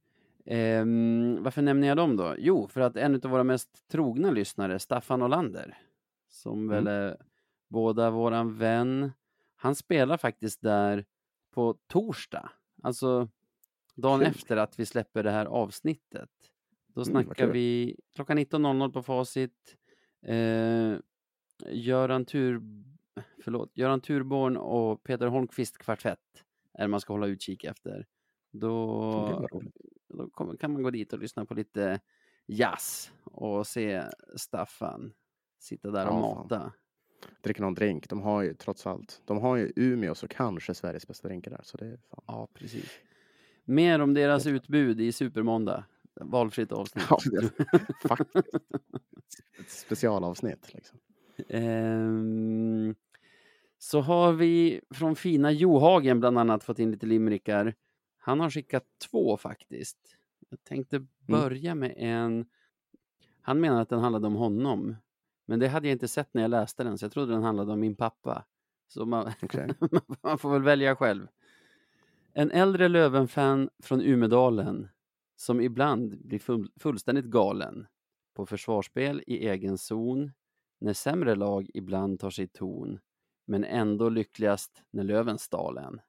S2: ehm, varför nämner jag dem då? Jo, för att en av våra mest trogna lyssnare, Staffan Olander, som väl är båda våran vän, han spelar faktiskt där på torsdag. Alltså dagen
S1: Kul.
S2: efter att vi släpper det här avsnittet. Då
S1: Mm, vad
S2: snackar
S1: kul.
S2: vi klockan nitton noll noll på Facit. Eh, Göran Tur... Förlåt, Göran Turborn och Peter Holmqvist kvartett är man ska hålla utkik efter.
S1: Det
S2: Då,
S1: var roligt.
S2: då kommer, kan man gå dit och lyssna på lite jazz och se Staffan sitta där och
S1: Ja, fan.
S2: mata.
S1: Dricker någon drink. De har ju trots allt. De har ju Umeå så kanske Sveriges bästa drinkar där. Så det är fan.
S2: Ja, precis. Mer om deras utbud i Supermåndag. Valfritt avsnitt.
S1: Ja, det är faktiskt ett specialavsnitt liksom.
S2: Ehm, Så har vi från fina Johagen bland annat fått in lite limerickar. Han har skickat två faktiskt. Jag tänkte börja med en. Han menar att den handlade om honom. Men det hade jag inte sett när jag läste den. Så jag trodde den handlade om min pappa. Så man,
S1: Okay.
S2: man får väl välja själv. En äldre Löven-fan från Umedalen. Som ibland blir full, fullständigt galen. På försvarsspel i egen zon. När sämre lag ibland tar sig ton. Men ändå lyckligast när Löven stal en.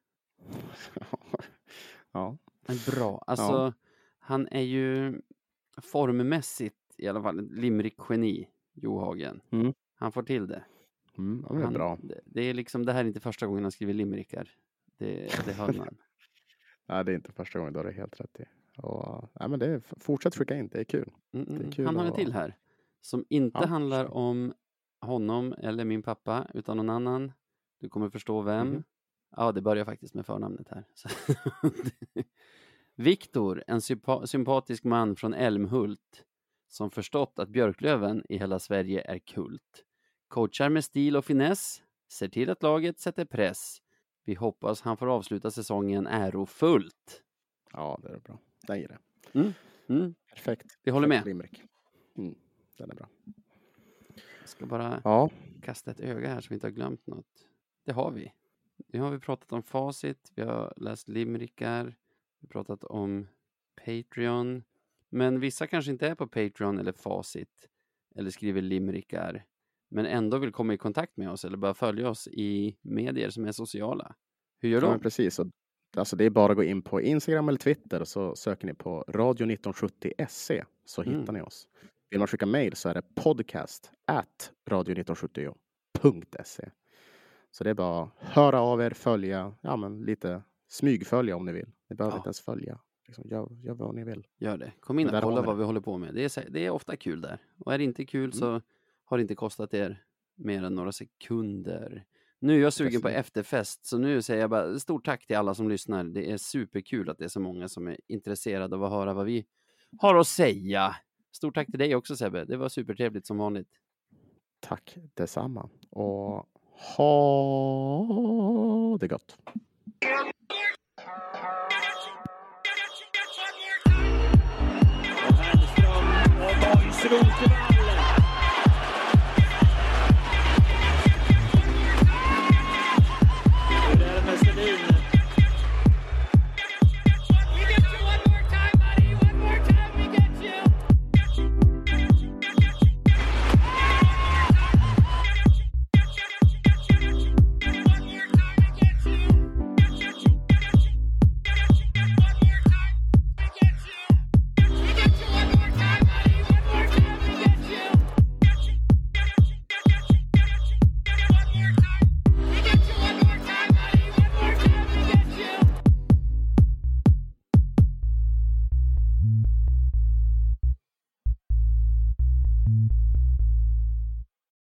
S1: Ja.
S2: Bra. Alltså,
S1: Ja.
S2: han är ju formmässigt i alla fall ett limerick-geni, Johagen.
S1: Mm.
S2: Han får till det.
S1: Mm, det är
S2: Han,
S1: bra.
S2: Det, det är liksom, det här är inte första gången han skriver limerickar. Det, det hör man.
S1: Nej, det är inte första gången, då är det helt rätt i. Och, nej, men det är, fortsätt skicka in, det är kul.
S2: Mm,
S1: Det är
S2: mm.
S1: kul
S2: Han har en
S1: att-
S2: till här. Som inte
S1: Ja,
S2: handlar
S1: kör.
S2: om honom eller min pappa, utan någon annan. Du kommer förstå vem.
S1: Mhm.
S2: Ja, det börjar faktiskt med förnamnet här. Så- Viktor, en sympa- sympatisk man från Älmhult. Som förstått att Björklöven i hela Sverige är kult. Coachar med stil och finess. Ser till att laget sätter press. Vi hoppas han får avsluta säsongen ärofullt.
S1: Ja, det är bra. Den ger det.
S2: Mm,
S1: Perfekt.
S2: vi håller
S1: Perfekt
S2: med.
S1: limerick. Mm, den är bra.
S2: Jag ska bara
S1: Ja,
S2: kasta ett öga här så vi inte har glömt något. Det har vi. Nu har vi pratat om facit. Vi har läst limerickar. Vi har pratat om Patreon. Men vissa kanske inte är på Patreon eller facit. Eller skriver limerickar. Men ändå vill komma i kontakt med oss. Eller bara följa oss i medier som är sociala. Hur gör
S1: ja
S2: de?
S1: men precis. Och, alltså, det är bara att gå in på Instagram eller Twitter och så söker ni på radio nitton sjuttio se så hittar
S2: Mm.
S1: ni oss. Vill man skicka mejl så är det podcast at radio nitton sjuttio punkt se. Så det är bara att höra av er, följa, ja men lite smygfölja om ni vill. Ni behöver
S2: Ja.
S1: inte ens följa. Liksom, gör, gör vad ni vill.
S2: Gör det. Kom in
S1: Men där
S2: och kolla
S1: har ni
S2: vad
S1: det.
S2: vi håller på med. Det är, sä- det är ofta kul där. Och är det inte kul
S1: Mm.
S2: så har det inte kostat er mer än några sekunder. Nu är jag sugen på
S1: Precis.
S2: efterfest. Så nu säger jag bara stort tack till alla som lyssnar. Det är superkul att det är så många som är intresserade av att höra vad vi har att säga. Stort tack till dig också Sebbe. Det var supertrevligt som vanligt.
S1: Tack detsamma. Och ha det gott.
S5: Härström och Borgsroth.